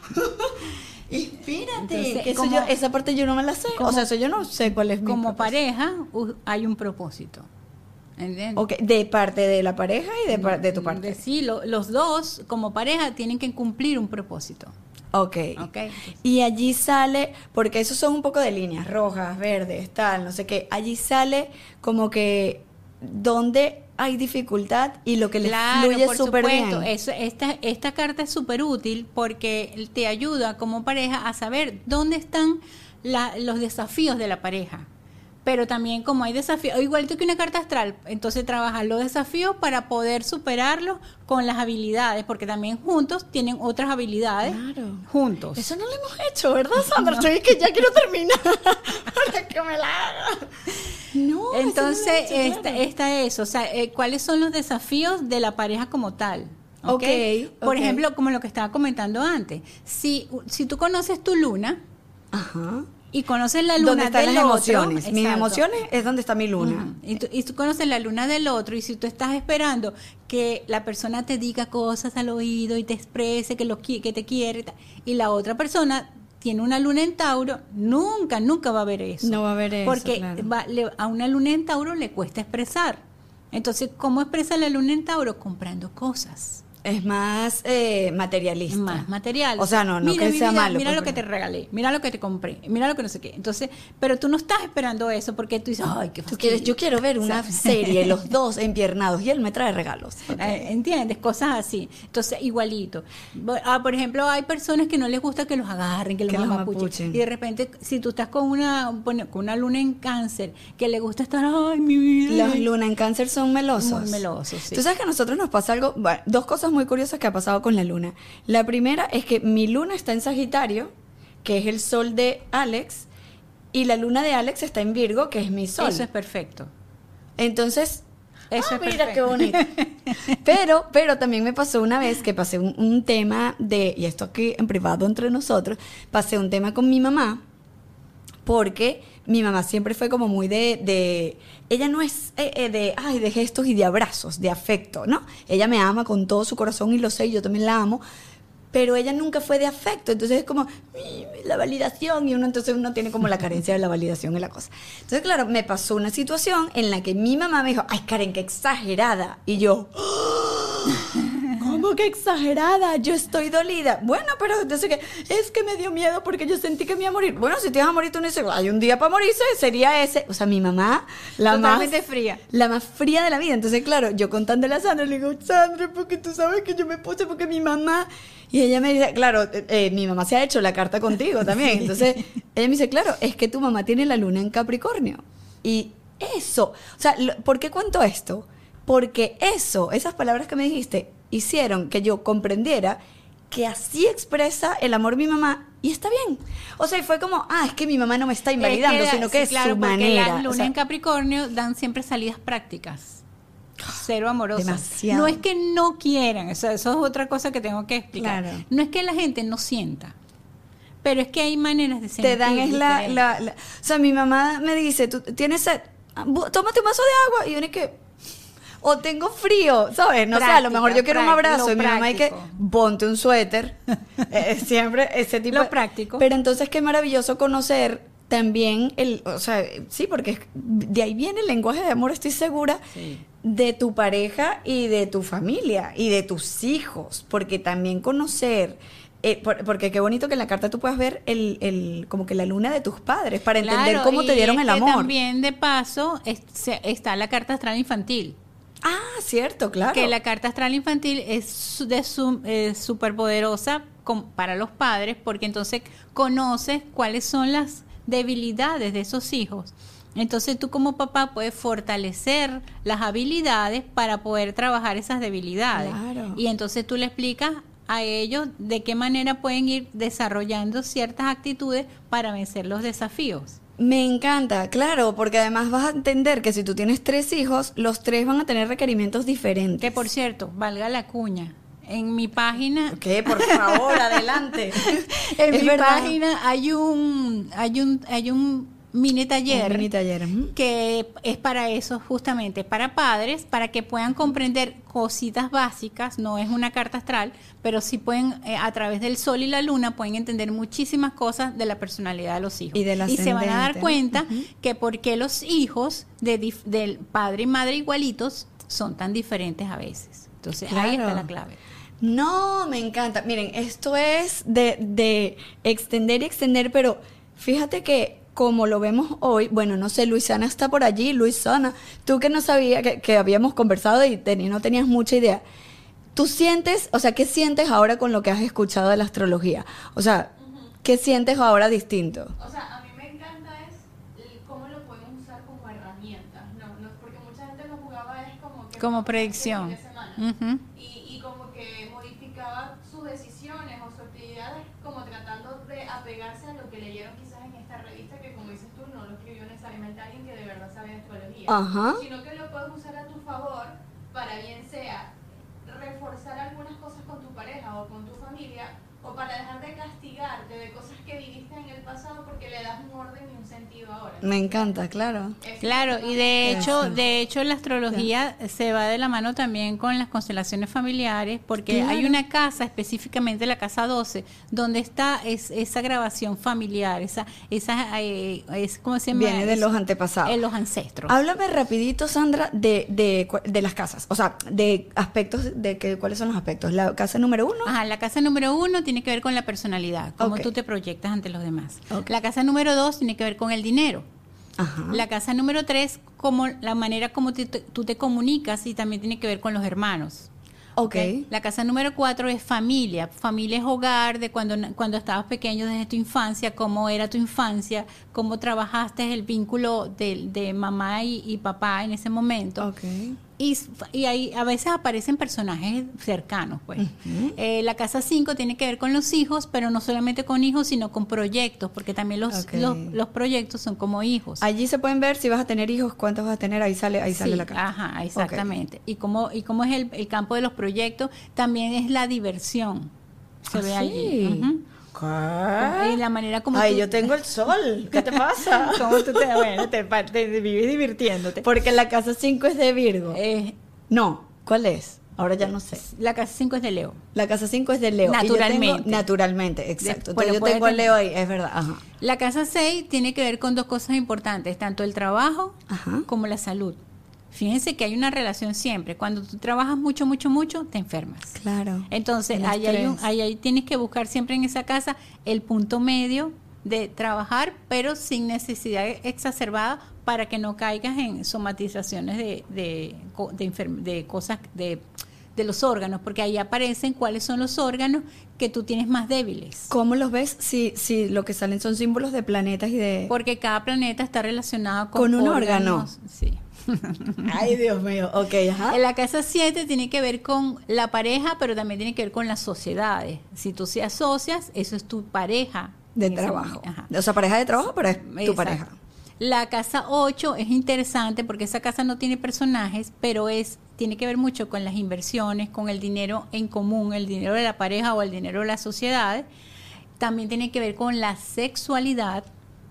[SPEAKER 1] Inspírate.
[SPEAKER 2] Entonces,
[SPEAKER 1] que eso
[SPEAKER 2] como-
[SPEAKER 1] yo- esa parte yo no me la sé.
[SPEAKER 2] como-
[SPEAKER 1] o sea, eso yo no sé cuál es mi
[SPEAKER 2] Como
[SPEAKER 1] propósito.
[SPEAKER 2] pareja u- hay un propósito. ¿Entiendes?
[SPEAKER 1] Ok, de parte de la pareja y de, par- de tu parte.
[SPEAKER 2] De- sí, lo- los dos como pareja tienen que cumplir un propósito.
[SPEAKER 1] Ok.
[SPEAKER 2] ¿Ok?
[SPEAKER 1] Y allí sale, porque esos son un poco de líneas rojas, verdes, tal, no sé qué. Allí sale como que donde hay dificultad y lo que les
[SPEAKER 2] Claro,
[SPEAKER 1] fluye
[SPEAKER 2] por
[SPEAKER 1] súper
[SPEAKER 2] supuesto.
[SPEAKER 1] bien.
[SPEAKER 2] Eso, esta, esta carta es súper útil porque te ayuda como pareja a saber dónde están la- los desafíos de la pareja. Pero también como hay desafíos, igualito que una carta astral, entonces trabajar los desafíos para poder superarlos con las habilidades, porque también juntos tienen otras habilidades
[SPEAKER 1] Claro.
[SPEAKER 2] juntos.
[SPEAKER 1] Eso no lo hemos hecho, ¿verdad, Sandra? Estoy que ya quiero terminar para que me la haga. No, eso
[SPEAKER 2] Entonces,
[SPEAKER 1] no lo he hecho,
[SPEAKER 2] esta,
[SPEAKER 1] claro.
[SPEAKER 2] esta es, o sea, eh, ¿cuáles son los desafíos de la pareja como tal?
[SPEAKER 1] Ok,
[SPEAKER 2] Por
[SPEAKER 1] ok.
[SPEAKER 2] ejemplo, como lo que estaba comentando antes, si, si tú conoces tu luna
[SPEAKER 1] Ajá.
[SPEAKER 2] y conoces la luna
[SPEAKER 1] ¿Dónde están
[SPEAKER 2] del
[SPEAKER 1] las
[SPEAKER 2] otro,
[SPEAKER 1] emociones? Mis
[SPEAKER 2] exacto.
[SPEAKER 1] emociones es donde está mi luna.
[SPEAKER 2] Ujú. Y tú, y tú conoces la luna del otro y si tú estás esperando que la persona te diga cosas al oído y te exprese que, lo, qui- que te quiere y tal, y la otra persona tiene una luna en Tauro, nunca, nunca va a haber eso.
[SPEAKER 1] No va a haber eso,
[SPEAKER 2] Porque
[SPEAKER 1] claro.
[SPEAKER 2] va- le- a una luna en Tauro le cuesta expresar. Entonces, ¿cómo expresa la luna en Tauro? Comprando cosas.
[SPEAKER 1] Es más eh, materialista.
[SPEAKER 2] Más material.
[SPEAKER 1] O sea, no, no
[SPEAKER 2] mira,
[SPEAKER 1] que sea
[SPEAKER 2] vida,
[SPEAKER 1] malo.
[SPEAKER 2] Mira
[SPEAKER 1] pues,
[SPEAKER 2] lo que te regalé, mira lo que te compré, mira lo que no sé qué. Entonces, pero tú no estás esperando eso porque tú dices, ay, qué
[SPEAKER 1] tú quieres, yo quiero ver una serie, los dos empiernados, y él me trae regalos.
[SPEAKER 2] Okay. ¿Entiendes? Cosas así. Entonces, igualito. Ah, por ejemplo, hay personas que no les gusta que los agarren, que los, que los mapuchen. Y de repente, si tú estás con una, con una luna en Cáncer, que le gusta estar, ay, mi vida.
[SPEAKER 1] Los lunas en Cáncer son melosos.
[SPEAKER 2] Muy melosos, sí.
[SPEAKER 1] Tú sabes que a nosotros nos pasa algo, bueno, dos cosas muy curiosas que ha pasado con la luna. La primera es que mi luna está en Sagitario, que es el sol de Alex, y la luna de Alex está en Virgo, que es mi sol.
[SPEAKER 2] Eso es perfecto.
[SPEAKER 1] Entonces,
[SPEAKER 2] eso
[SPEAKER 1] ah,
[SPEAKER 2] es
[SPEAKER 1] mira
[SPEAKER 2] perfecto.
[SPEAKER 1] qué bonito. Pero, pero también me pasó una vez que pasé un, un tema de, y esto aquí en privado entre nosotros, pasé un tema con mi mamá, porque mi mamá siempre fue como muy de, de ella no es eh, eh, de, ay, de gestos y de abrazos, de afecto, ¿no? Ella me ama con todo su corazón y lo sé, y yo también la amo, pero ella nunca fue de afecto, entonces es como la validación, y uno entonces uno tiene como la carencia de la validación y la cosa. Entonces, claro, me pasó una situación en la que mi mamá me dijo, ay, Karen, qué exagerada, y yo, ¿cómo que exagerada? Yo estoy dolida. Bueno, pero entonces que es que me dio miedo porque yo sentí que me iba a morir. Bueno, si te vas a morir, tú no dices, hay un día para morirse, sería ese. O sea, mi mamá, la
[SPEAKER 2] totalmente
[SPEAKER 1] más
[SPEAKER 2] fría.
[SPEAKER 1] La más fría de la vida. Entonces, claro, yo contándole a Sandra, le digo, Sandra, porque tú sabes que yo me puse porque mi mamá... Y ella me dice, claro, eh, eh, mi mamá se ha hecho la carta contigo también. Sí. Entonces, ella me dice, claro, es que tu mamá tiene la luna en Capricornio. Y eso, o sea, lo, ¿por qué cuento esto? Porque eso, esas palabras que me dijiste, hicieron que yo comprendiera que así expresa el amor mi mamá y está bien. O sea, y fue como, ah, es que mi mamá no me está invalidando, es que, sino que sí, es claro, su manera.
[SPEAKER 2] Las lunas
[SPEAKER 1] o sea,
[SPEAKER 2] en Capricornio dan siempre salidas prácticas. Cero amorosas.
[SPEAKER 1] Demasiado.
[SPEAKER 2] No es que no quieran, o sea, eso es otra cosa que tengo que explicar.
[SPEAKER 1] Claro.
[SPEAKER 2] No es que la gente no sienta, pero es que hay maneras de sentir.
[SPEAKER 1] Te dan es la, la, la... O sea, mi mamá me dice, tú tienes sed, tómate un vaso de agua, y yo es que... O tengo frío, ¿sabes? No sé, sea, a lo mejor yo quiero un abrazo y mi mamá hay que ponte un suéter. eh, siempre ese tipo.
[SPEAKER 2] Lo
[SPEAKER 1] de...
[SPEAKER 2] práctico.
[SPEAKER 1] Pero entonces qué maravilloso conocer también el, o sea, sí, porque de ahí viene el lenguaje de amor, estoy segura, sí, de tu pareja y de tu familia y de tus hijos, porque también conocer... Eh, por, porque qué bonito que en la carta tú puedas ver el, el como que la luna de tus padres para
[SPEAKER 2] claro,
[SPEAKER 1] entender cómo te dieron
[SPEAKER 2] es
[SPEAKER 1] el
[SPEAKER 2] que
[SPEAKER 1] amor.
[SPEAKER 2] También de paso es, se, está la carta astral infantil.
[SPEAKER 1] Ah, cierto, claro.
[SPEAKER 2] Que la carta astral infantil es de su, eh, súper poderosa con, para los padres, porque entonces conoces cuáles son las debilidades de esos hijos. Entonces tú como papá puedes fortalecer las habilidades para poder trabajar esas debilidades.
[SPEAKER 1] Claro.
[SPEAKER 2] Y entonces tú le explicas a ellos de qué manera pueden ir desarrollando ciertas actitudes para vencer los desafíos.
[SPEAKER 1] Me encanta, claro, porque además vas a entender que si tú tienes tres hijos, los tres van a tener requerimientos diferentes.
[SPEAKER 2] Que por cierto, valga la cuña, en mi página...
[SPEAKER 1] ¿Qué? Por favor, adelante.
[SPEAKER 2] En
[SPEAKER 1] es
[SPEAKER 2] mi
[SPEAKER 1] verdad.
[SPEAKER 2] página hay un, hay un, hay un mini taller,
[SPEAKER 1] un mini taller
[SPEAKER 2] que es para eso justamente, para padres, para que puedan comprender cositas básicas. No es una carta astral, pero sí pueden, eh, a través del sol y la luna, pueden entender muchísimas cosas de la personalidad de los hijos.
[SPEAKER 1] Y, del
[SPEAKER 2] y se van a dar cuenta
[SPEAKER 1] uh-huh.
[SPEAKER 2] que por qué los hijos de dif- del padre y madre igualitos son tan diferentes a veces. Entonces, claro, ahí está la clave.
[SPEAKER 1] No, me encanta. Miren, esto es de, de extender y extender, pero fíjate que como lo vemos hoy, bueno, no sé, Luisana está por allí. Luisana, tú que no sabías, que, que habíamos conversado y ten, no tenías mucha idea. ¿Tú sientes, o sea, qué sientes ahora con lo que has escuchado de la astrología? O sea, uh-huh. ¿qué sientes ahora distinto?
[SPEAKER 3] O sea, a mí me encanta es cómo lo podemos usar como herramienta, no, no, porque mucha gente lo jugaba es como que...
[SPEAKER 2] Como predicción. Uh-huh.
[SPEAKER 3] y, y como que modificaba sus decisiones o sus actividades como tratando de apegarse a lo que leyeron quizás en esta revista, que como dices tú, no lo escribió necesariamente alguien que de verdad sabe astrología,
[SPEAKER 1] Ajá.
[SPEAKER 3] sino que lo puedes usar a tu favor para bien sea reforzar algunas cosas con tu pareja o con tu familia, o para dejar de castigarte de cosas que viviste en el pasado porque le das un orden y un sentido ahora.
[SPEAKER 1] Me encanta, claro.
[SPEAKER 2] Claro, y de hecho,
[SPEAKER 1] Eso.
[SPEAKER 2] de hecho la astrología sí. se va de la mano también con las constelaciones familiares, porque
[SPEAKER 1] claro.
[SPEAKER 2] hay una casa, específicamente la casa doce, donde está es, esa grabación familiar, esa, esa eh, es ¿cómo se llama?
[SPEAKER 1] Viene de
[SPEAKER 2] Eso,
[SPEAKER 1] los antepasados.
[SPEAKER 2] En los ancestros.
[SPEAKER 1] Háblame rapidito, Sandra, de, de, de las casas, o sea, de aspectos, de que, ¿cuáles son los aspectos? La casa número uno.
[SPEAKER 2] Ajá, la casa número uno tiene que ver con la personalidad, cómo
[SPEAKER 1] Okay.
[SPEAKER 2] tú te proyectas ante los demás.
[SPEAKER 1] Okay.
[SPEAKER 2] La casa número dos tiene que ver con el dinero.
[SPEAKER 1] Ajá.
[SPEAKER 2] La casa número tres, como la manera como te, te, tú te comunicas, y también tiene que ver con los hermanos.
[SPEAKER 1] Ok.
[SPEAKER 2] ¿Okay? La casa número cuatro es familia. Familia es hogar, de cuando, cuando estabas pequeño, desde tu infancia, cómo era tu infancia, cómo trabajaste el vínculo de, de mamá y, y papá en ese momento.
[SPEAKER 1] Ok.
[SPEAKER 2] Y, y ahí a veces aparecen personajes cercanos, pues. Uh-huh. Eh, la casa cinco tiene que ver con los hijos, pero no solamente con hijos, sino con proyectos, porque también los, okay. los, los proyectos son como hijos.
[SPEAKER 1] Allí se pueden ver si vas a tener hijos, cuántos vas a tener, ahí sale, ahí sí, sale la carta.
[SPEAKER 2] Ajá, exactamente. Okay. Y cómo, y cómo es el, el campo de los proyectos, también es la diversión. Se
[SPEAKER 1] ¿Ah,
[SPEAKER 2] ve
[SPEAKER 1] sí?
[SPEAKER 2] allí. Uh-huh.
[SPEAKER 1] ¿Qué?
[SPEAKER 2] Y la manera como
[SPEAKER 1] Ay,
[SPEAKER 2] tú...
[SPEAKER 1] yo tengo el sol. ¿Qué te pasa?
[SPEAKER 2] ¿Cómo tú te, bueno, te, te, te vives divirtiéndote?
[SPEAKER 1] Porque la casa cinco es de Virgo.
[SPEAKER 2] Eh,
[SPEAKER 1] no, ¿cuál es? Ahora ya no sé.
[SPEAKER 2] La casa cinco es de Leo.
[SPEAKER 1] La casa cinco es de Leo.
[SPEAKER 2] Naturalmente.
[SPEAKER 1] Y yo tengo, naturalmente, exacto.
[SPEAKER 2] De, bueno,
[SPEAKER 1] yo tengo a Leo ahí, es verdad. Ajá.
[SPEAKER 2] La casa seis tiene que ver con dos cosas importantes, tanto el trabajo Ajá. como la salud. Fíjense que hay una relación siempre. Cuando tú trabajas mucho, mucho, mucho, te enfermas.
[SPEAKER 1] Claro.
[SPEAKER 2] Entonces, ahí, hay un, ahí, ahí tienes que buscar siempre en esa casa el punto medio de trabajar, pero sin necesidad exacerbada, para que no caigas en somatizaciones de, de, de, de, de cosas de, de los órganos, porque ahí aparecen cuáles son los órganos que tú tienes más débiles.
[SPEAKER 1] ¿Cómo los ves si, si lo que salen son símbolos de planetas y de...?
[SPEAKER 2] Porque cada planeta está relacionado con,
[SPEAKER 1] ¿Con un
[SPEAKER 2] órganos,
[SPEAKER 1] órgano?
[SPEAKER 2] Sí.
[SPEAKER 1] Ay, Dios mío, ok, ajá.
[SPEAKER 2] En la casa siete tiene que ver con la pareja, pero también tiene que ver con las sociedades. Si tú se asocias, eso es tu pareja.
[SPEAKER 1] De trabajo. O sea, pareja de trabajo, pero es tu Exacto. pareja.
[SPEAKER 2] La casa ocho es interesante porque esa casa no tiene personajes, pero es tiene que ver mucho con las inversiones, con el dinero en común, el dinero de la pareja o el dinero de las sociedades. También tiene que ver con la sexualidad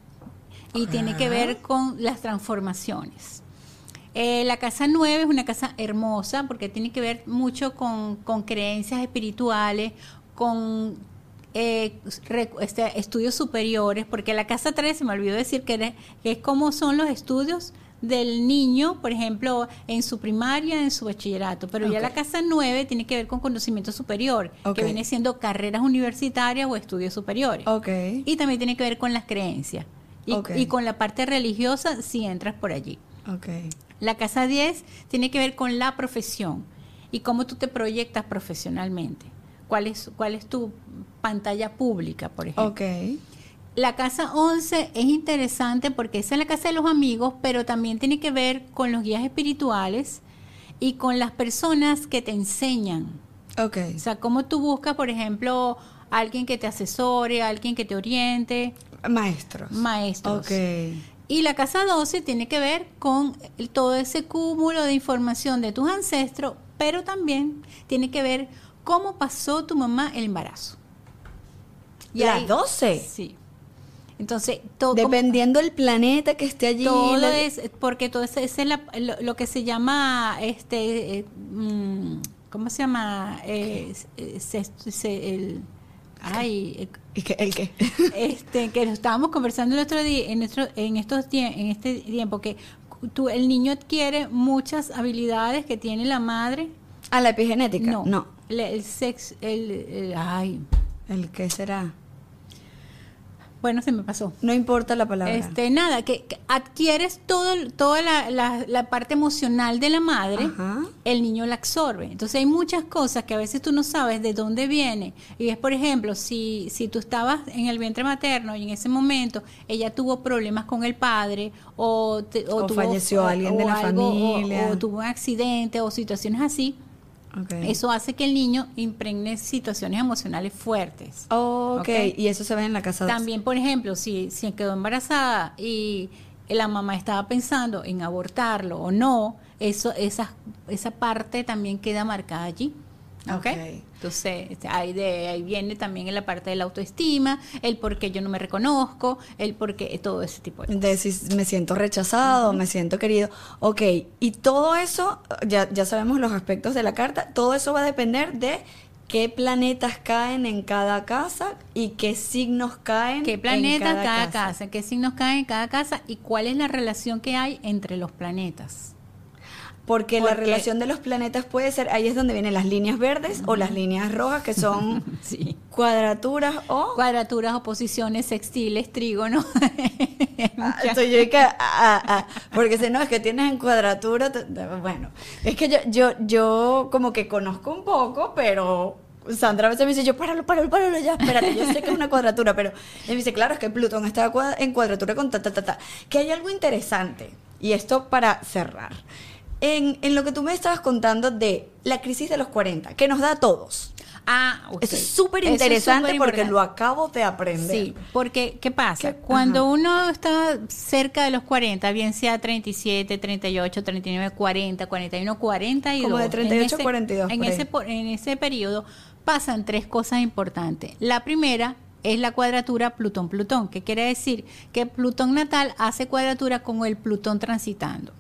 [SPEAKER 2] y ah. tiene que ver con las transformaciones. Eh, la casa nueve es una casa hermosa porque tiene que ver mucho con, con creencias espirituales, con eh, re, este, estudios superiores, porque la casa tres, se me olvidó decir que, era, que es como son los estudios del niño, por ejemplo, en su primaria, en su bachillerato, pero okay. ya la casa nueve tiene que ver con conocimiento superior, okay. que viene siendo carreras universitarias o estudios superiores.
[SPEAKER 1] Okay.
[SPEAKER 2] Y también tiene que ver con las creencias. Y, okay. y con la parte religiosa si entras por allí.
[SPEAKER 1] Okay.
[SPEAKER 2] La casa diez tiene que ver con la profesión y cómo tú te proyectas profesionalmente. ¿Cuál es, cuál es tu pantalla pública, por ejemplo?
[SPEAKER 1] Okay.
[SPEAKER 2] La casa once es interesante porque esa es la casa de los amigos, pero también tiene que ver con los guías espirituales y con las personas que te enseñan.
[SPEAKER 1] Okay.
[SPEAKER 2] O sea, cómo tú buscas, por ejemplo, alguien que te asesore, alguien que te oriente.
[SPEAKER 1] Maestros.
[SPEAKER 2] Maestros.
[SPEAKER 1] Okay.
[SPEAKER 2] Y la casa doce tiene que ver con el, todo ese cúmulo de información de tus ancestros, pero también tiene que ver cómo pasó tu mamá el embarazo.
[SPEAKER 1] Y ¿La ahí, doce?
[SPEAKER 2] Sí. Entonces, todo,
[SPEAKER 1] dependiendo del planeta que esté allí.
[SPEAKER 2] Todo
[SPEAKER 1] la...
[SPEAKER 2] es, porque todo eso es la, lo, lo que se llama, este, eh, ¿cómo se llama? Eh, se, se, el, ay,
[SPEAKER 1] ¿Y qué, el qué?
[SPEAKER 2] Este, que lo estábamos conversando el otro día, en nuestro, en estos en este tiempo, que tú, el niño adquiere muchas habilidades que tiene la madre.
[SPEAKER 1] ¿A la epigenética?
[SPEAKER 2] No.
[SPEAKER 1] no.
[SPEAKER 2] El, el sex, el, el, ay.
[SPEAKER 1] ¿El qué será?
[SPEAKER 2] Bueno, se me pasó.
[SPEAKER 1] No importa la palabra.
[SPEAKER 2] Este, nada, que, que adquieres todo, toda la, la, la parte emocional de la madre, Ajá. el niño la absorbe. Entonces hay muchas cosas que a veces tú no sabes de dónde viene. Y es, por ejemplo, si, si tú estabas en el vientre materno y en ese momento ella tuvo problemas con el padre o, te, o,
[SPEAKER 1] o
[SPEAKER 2] tuvo,
[SPEAKER 1] falleció alguien
[SPEAKER 2] o
[SPEAKER 1] de la
[SPEAKER 2] algo,
[SPEAKER 1] familia.
[SPEAKER 2] O, o tuvo un accidente o situaciones así. Okay. Eso hace que el niño impregne situaciones emocionales fuertes.
[SPEAKER 1] Oh, okay. ok, y eso se ve en la casa.
[SPEAKER 2] También, por ejemplo, si, si quedó embarazada y la mamá estaba pensando en abortarlo o no, eso esa, esa parte también queda marcada allí. ¿ok?
[SPEAKER 1] Okay.
[SPEAKER 2] Entonces, ahí, de, ahí viene también en la parte de la autoestima, el por qué yo no me reconozco, el por qué, todo ese tipo de cosas.
[SPEAKER 1] De si me siento rechazado, uh-huh. me siento querido. Ok, y todo eso, ya, ya sabemos los aspectos de la carta, todo eso va a depender de qué planetas caen en cada casa y qué signos caen
[SPEAKER 2] qué planetas
[SPEAKER 1] en cada,
[SPEAKER 2] cada
[SPEAKER 1] casa.
[SPEAKER 2] casa, qué signos caen en cada casa y cuál es la relación que hay entre los planetas.
[SPEAKER 1] Porque,
[SPEAKER 2] Porque
[SPEAKER 1] la relación de los planetas puede ser, ahí es donde vienen las líneas verdes uh-huh. o las líneas rojas, que son
[SPEAKER 2] sí.
[SPEAKER 1] cuadraturas o...
[SPEAKER 2] Cuadraturas, oposiciones, sextiles, trígonos.
[SPEAKER 1] ah, estoy yo que, ah, ah, ah, porque si no, es que tienes en cuadratura, te, bueno, es que yo, yo, yo como que conozco un poco, pero... Sandra a veces me dice, yo páralo, páralo, páralo, ya, espérate, yo sé que es una cuadratura, pero él me dice, claro, es que Plutón está en cuadratura con ta, ta, ta, ta. Que hay algo interesante, y esto para cerrar. En, en lo que tú me estabas contando de la crisis de los cuarenta, que nos da a todos.
[SPEAKER 2] Ah, okay.
[SPEAKER 1] Eso es súper interesante porque lo acabo de aprender.
[SPEAKER 2] Sí, porque, ¿qué pasa?
[SPEAKER 1] ¿Qué?
[SPEAKER 2] Cuando
[SPEAKER 1] Ajá.
[SPEAKER 2] uno está cerca de los cuarenta, bien sea treinta y siete, treinta y ocho, treinta y nueve, cuarenta, cuarenta y uno, cuarenta y dos.
[SPEAKER 1] Como de treinta y ocho a cuarenta y dos.
[SPEAKER 2] En ese, en ese periodo pasan tres cosas importantes. La primera es la cuadratura Plutón-Plutón, que quiere decir que Plutón natal hace cuadratura con el Plutón transitando.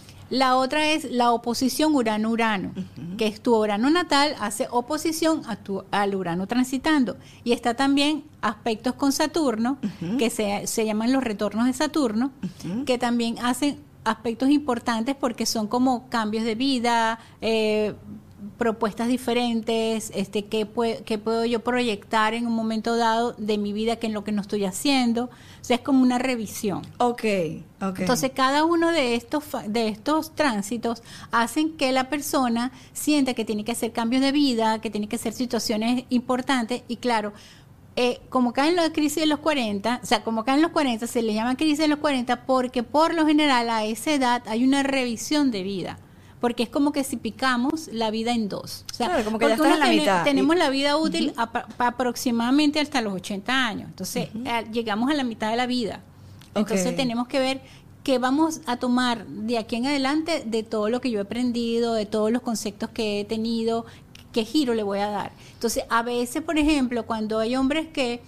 [SPEAKER 2] La otra es la oposición Urano-Urano, uh-huh. que es tu Urano natal, hace oposición a tu, al Urano transitando. Y está también aspectos con Saturno, uh-huh. que se, se llaman los retornos de Saturno, uh-huh. que también hacen aspectos importantes porque son como cambios de vida, eh, propuestas diferentes, este, qué, puedo, qué puedo yo proyectar en un momento dado de mi vida, que en lo que no estoy haciendo. O sea, es como una revisión.
[SPEAKER 1] Ok, ok.
[SPEAKER 2] Entonces, cada uno de estos, de estos tránsitos hacen que la persona sienta que tiene que hacer cambios de vida, que tiene que hacer situaciones importantes. Y claro, eh, como caen la crisis de los cuarenta, o sea, como caen los cuarenta, se le llama crisis de los cuarenta porque por lo general a esa edad hay una revisión de vida. Porque es como que si picamos la vida en dos. O sea,
[SPEAKER 1] claro, como que ya estás en la
[SPEAKER 2] ten,
[SPEAKER 1] mitad.
[SPEAKER 2] Tenemos la vida útil uh-huh. a, a, aproximadamente hasta los ochenta años. Entonces, uh-huh. eh, llegamos a la mitad de la vida. Entonces, okay. tenemos que ver qué vamos a tomar de aquí en adelante de todo lo que yo he aprendido, de todos los conceptos que he tenido, qué giro le voy a dar. Entonces, a veces, por ejemplo, cuando hay hombres que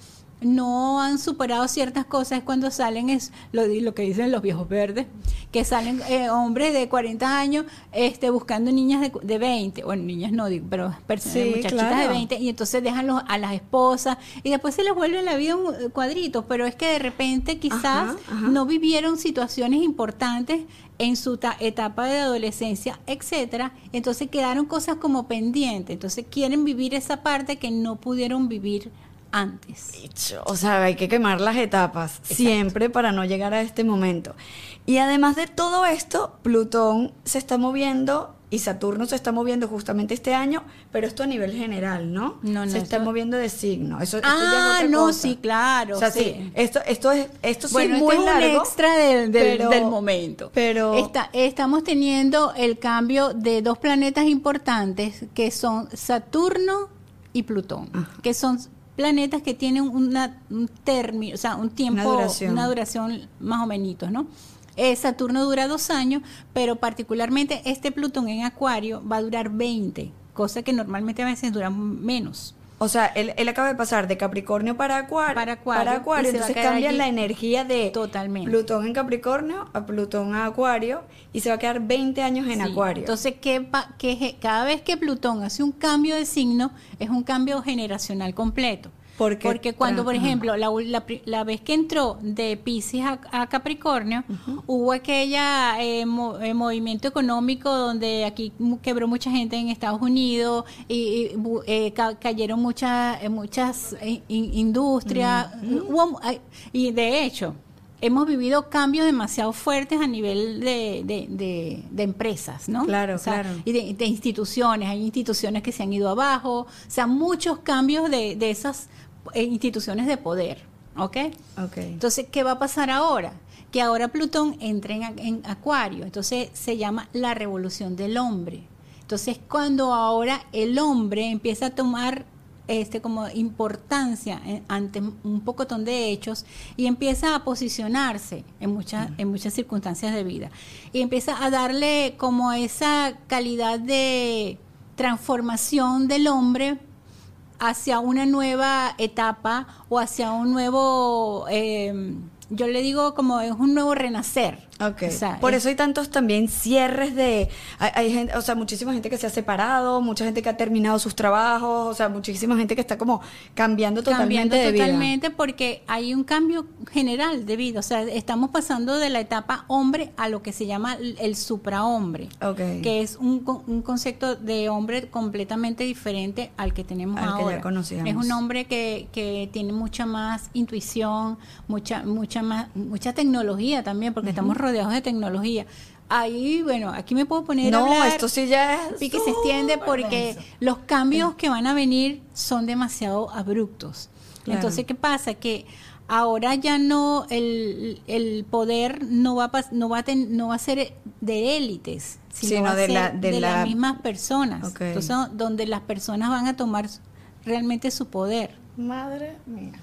[SPEAKER 2] no han superado ciertas cosas, es cuando salen, es lo, lo que dicen los viejos verdes, que salen eh, hombres de cuarenta años este, buscando niñas de, de veinte, bueno, niñas no digo, pero personas, sí, muchachitas claro. de veinte, y entonces dejan los, a las esposas, y después se les vuelve en la vida un cuadrito, pero es que de repente quizás ajá, ajá. no vivieron situaciones importantes en su ta- etapa de adolescencia, etcétera, entonces quedaron cosas como pendientes, entonces quieren vivir esa parte que no pudieron vivir antes.
[SPEAKER 1] O sea, hay que quemar las etapas Exacto. siempre para no llegar a este momento. Y además de todo esto, Plutón se está moviendo y Saturno se está moviendo justamente este año, pero esto a nivel general, ¿no?
[SPEAKER 2] No, no.
[SPEAKER 1] Se está
[SPEAKER 2] eso...
[SPEAKER 1] moviendo de signo. Eso,
[SPEAKER 2] ah,
[SPEAKER 1] esto ya es otra
[SPEAKER 2] no,
[SPEAKER 1] cosa.
[SPEAKER 2] sí, claro.
[SPEAKER 1] O sea,
[SPEAKER 2] sí.
[SPEAKER 1] sí, esto, esto es, esto sí
[SPEAKER 2] bueno,
[SPEAKER 1] es muy
[SPEAKER 2] este
[SPEAKER 1] largo.
[SPEAKER 2] Es un extra del, del,
[SPEAKER 1] pero,
[SPEAKER 2] del momento.
[SPEAKER 1] Pero
[SPEAKER 2] Está, estamos teniendo el cambio de dos planetas importantes que son Saturno y Plutón, Ajá. que son planetas que tienen una, un término, o sea, un tiempo,
[SPEAKER 1] una duración,
[SPEAKER 2] una duración más o menos, ¿no? Eh, Saturno dura dos años, pero particularmente este Plutón en Acuario va a durar veinte, cosa que normalmente a veces dura menos.
[SPEAKER 1] O sea, él, él acaba de pasar de Capricornio para Acuario,
[SPEAKER 2] para Acuario,
[SPEAKER 1] para Acuario entonces cambia la energía de
[SPEAKER 2] totalmente.
[SPEAKER 1] Plutón en Capricornio a Plutón a Acuario y se va a quedar veinte años en sí. Acuario.
[SPEAKER 2] Entonces, ¿qué, qué, cada vez que Plutón hace un cambio de signo, es un cambio generacional completo. Porque, Porque cuando, por ejemplo, la, la, la vez que entró de Piscis a, a Capricornio, uh-huh. hubo aquella eh, mo, eh, movimiento económico donde aquí quebró mucha gente en Estados Unidos y, y eh, ca, cayeron muchas eh, muchas eh, in, industrias. Uh-huh. Hubo, y de hecho, hemos vivido cambios demasiado fuertes a nivel de, de, de, de empresas, ¿no?
[SPEAKER 1] Claro,
[SPEAKER 2] o sea,
[SPEAKER 1] claro.
[SPEAKER 2] Y de, de instituciones. Hay instituciones que se han ido abajo. O sea, muchos cambios de, de esas instituciones de poder, ¿ok?
[SPEAKER 1] Ok.
[SPEAKER 2] Entonces, ¿qué va a pasar ahora? Que ahora Plutón entra en, en Acuario, entonces se llama la revolución del hombre. Entonces, cuando ahora el hombre empieza a tomar este como importancia en, ante un pocotón de hechos y empieza a posicionarse en muchas uh-huh. en muchas circunstancias de vida y empieza a darle como esa calidad de transformación del hombre hacia una nueva etapa o hacia un nuevo, eh, yo le digo como es un nuevo renacer.
[SPEAKER 1] Okay.
[SPEAKER 2] O sea,
[SPEAKER 1] por
[SPEAKER 2] es,
[SPEAKER 1] eso hay tantos también cierres de, hay, hay gente, o sea, muchísima gente que se ha separado, mucha gente que ha terminado sus trabajos, o sea, muchísima gente que está como cambiando totalmente
[SPEAKER 2] cambiando
[SPEAKER 1] de vida.
[SPEAKER 2] totalmente porque hay un cambio general de vida, o sea, estamos pasando de la etapa hombre a lo que se llama el suprahombre,
[SPEAKER 1] okay.
[SPEAKER 2] que es un, un concepto de hombre completamente diferente al que tenemos
[SPEAKER 1] al
[SPEAKER 2] ahora.
[SPEAKER 1] Que ya conocíamos.
[SPEAKER 2] Es un hombre que, que tiene mucha más intuición, mucha mucha más mucha tecnología también, porque uh-huh. estamos rodeados de tecnología. Ahí, bueno, aquí me puedo poner
[SPEAKER 1] no,
[SPEAKER 2] a hablar.
[SPEAKER 1] No, esto sí ya es
[SPEAKER 2] y que se extiende porque denso. Los cambios sí. que van a venir son demasiado abruptos. Claro. Entonces, ¿qué pasa? Que ahora ya no, el, el poder no va, a, no, va a ten, no va a ser de élites, sino, sino va a de, ser la, de, de la... las mismas personas. Okay. Entonces, donde las personas van a tomar realmente su poder.
[SPEAKER 1] Madre mía.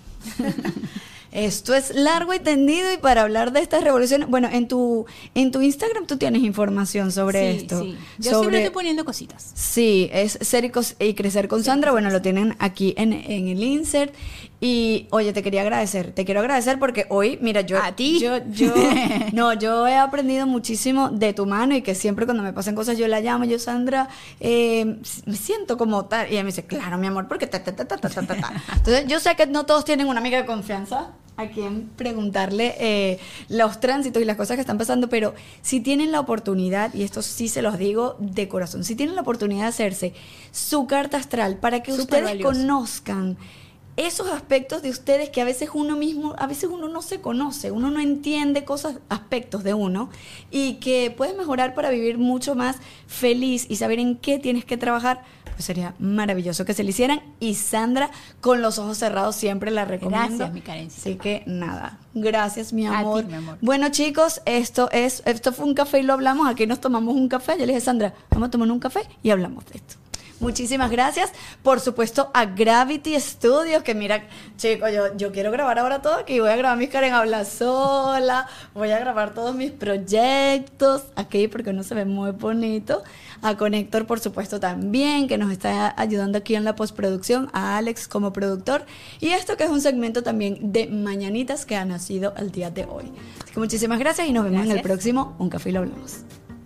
[SPEAKER 1] Esto es largo y tendido, y para hablar de estas revoluciones, bueno, en tu en tu Instagram tú tienes información sobre
[SPEAKER 2] sí,
[SPEAKER 1] esto.
[SPEAKER 2] Sí. Yo
[SPEAKER 1] sobre,
[SPEAKER 2] siempre estoy poniendo cositas.
[SPEAKER 1] Sí, es Ser y, cos, y Crecer con sí, Sandra, bueno, lo tienen aquí en, en el insert. Y, oye, te quería agradecer, te quiero agradecer porque hoy, mira, yo...
[SPEAKER 2] ¿A ti?
[SPEAKER 1] Yo, yo, no, yo he aprendido muchísimo de tu mano, y que siempre cuando me pasan cosas yo la llamo, yo, Sandra, eh, me siento como tal, y ella me dice, claro, mi amor, porque ta, ta, ta, ta, ta, ta, ta. Entonces, yo sé que no todos tienen una amiga de confianza a quien preguntarle eh, los tránsitos y las cosas que están pasando, pero si tienen la oportunidad, y esto sí se los digo de corazón, si tienen la oportunidad de hacerse su carta astral para que
[SPEAKER 2] Súper
[SPEAKER 1] ustedes
[SPEAKER 2] valioso.
[SPEAKER 1] Conozcan esos aspectos de ustedes que a veces uno mismo, a veces uno no se conoce, uno no entiende cosas, aspectos de uno, y que puedes mejorar para vivir mucho más feliz y saber en qué tienes que trabajar, pues sería maravilloso que se lo hicieran. Y Sandra, con los ojos cerrados, siempre la recomiendo.
[SPEAKER 2] Gracias, mi Karencita.
[SPEAKER 1] Así que nada, gracias, mi amor.
[SPEAKER 2] A ti, mi amor.
[SPEAKER 1] Bueno, chicos, esto es, esto fue un café y lo hablamos. Aquí nos tomamos un café. Yo le dije, Sandra, vamos a tomar un café y hablamos de esto. Muchísimas gracias, por supuesto, a Gravity Studios, que mira, chicos, yo, yo quiero grabar ahora todo aquí, voy a grabar mis Karen Habla Sola, voy a grabar todos mis proyectos aquí porque uno se ve muy bonito. A Connector, por supuesto, también, que nos está ayudando aquí en la postproducción, a Alex como productor, y esto que es un segmento también de Mañanitas que ha nacido el día de hoy. Así que muchísimas gracias y nos vemos gracias. En el próximo Un Café y lo Hablamos.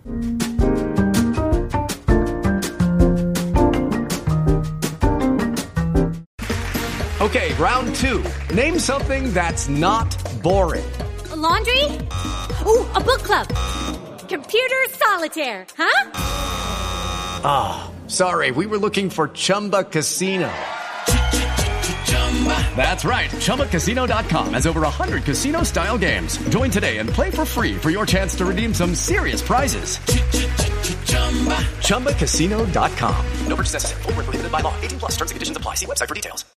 [SPEAKER 4] Okay, round two. Name something that's not boring.
[SPEAKER 5] A laundry? Ooh, a book club. Computer solitaire, huh?
[SPEAKER 4] Ah, oh, sorry, we were looking for Chumba Casino. That's right, Chumba Casino dot com has over one hundred casino-style games. Join today and play for free for your chance to redeem some serious prizes. Chumba Casino dot com. No purchase necessary. Void where prohibited by law. eighteen plus terms and conditions apply. See website for details.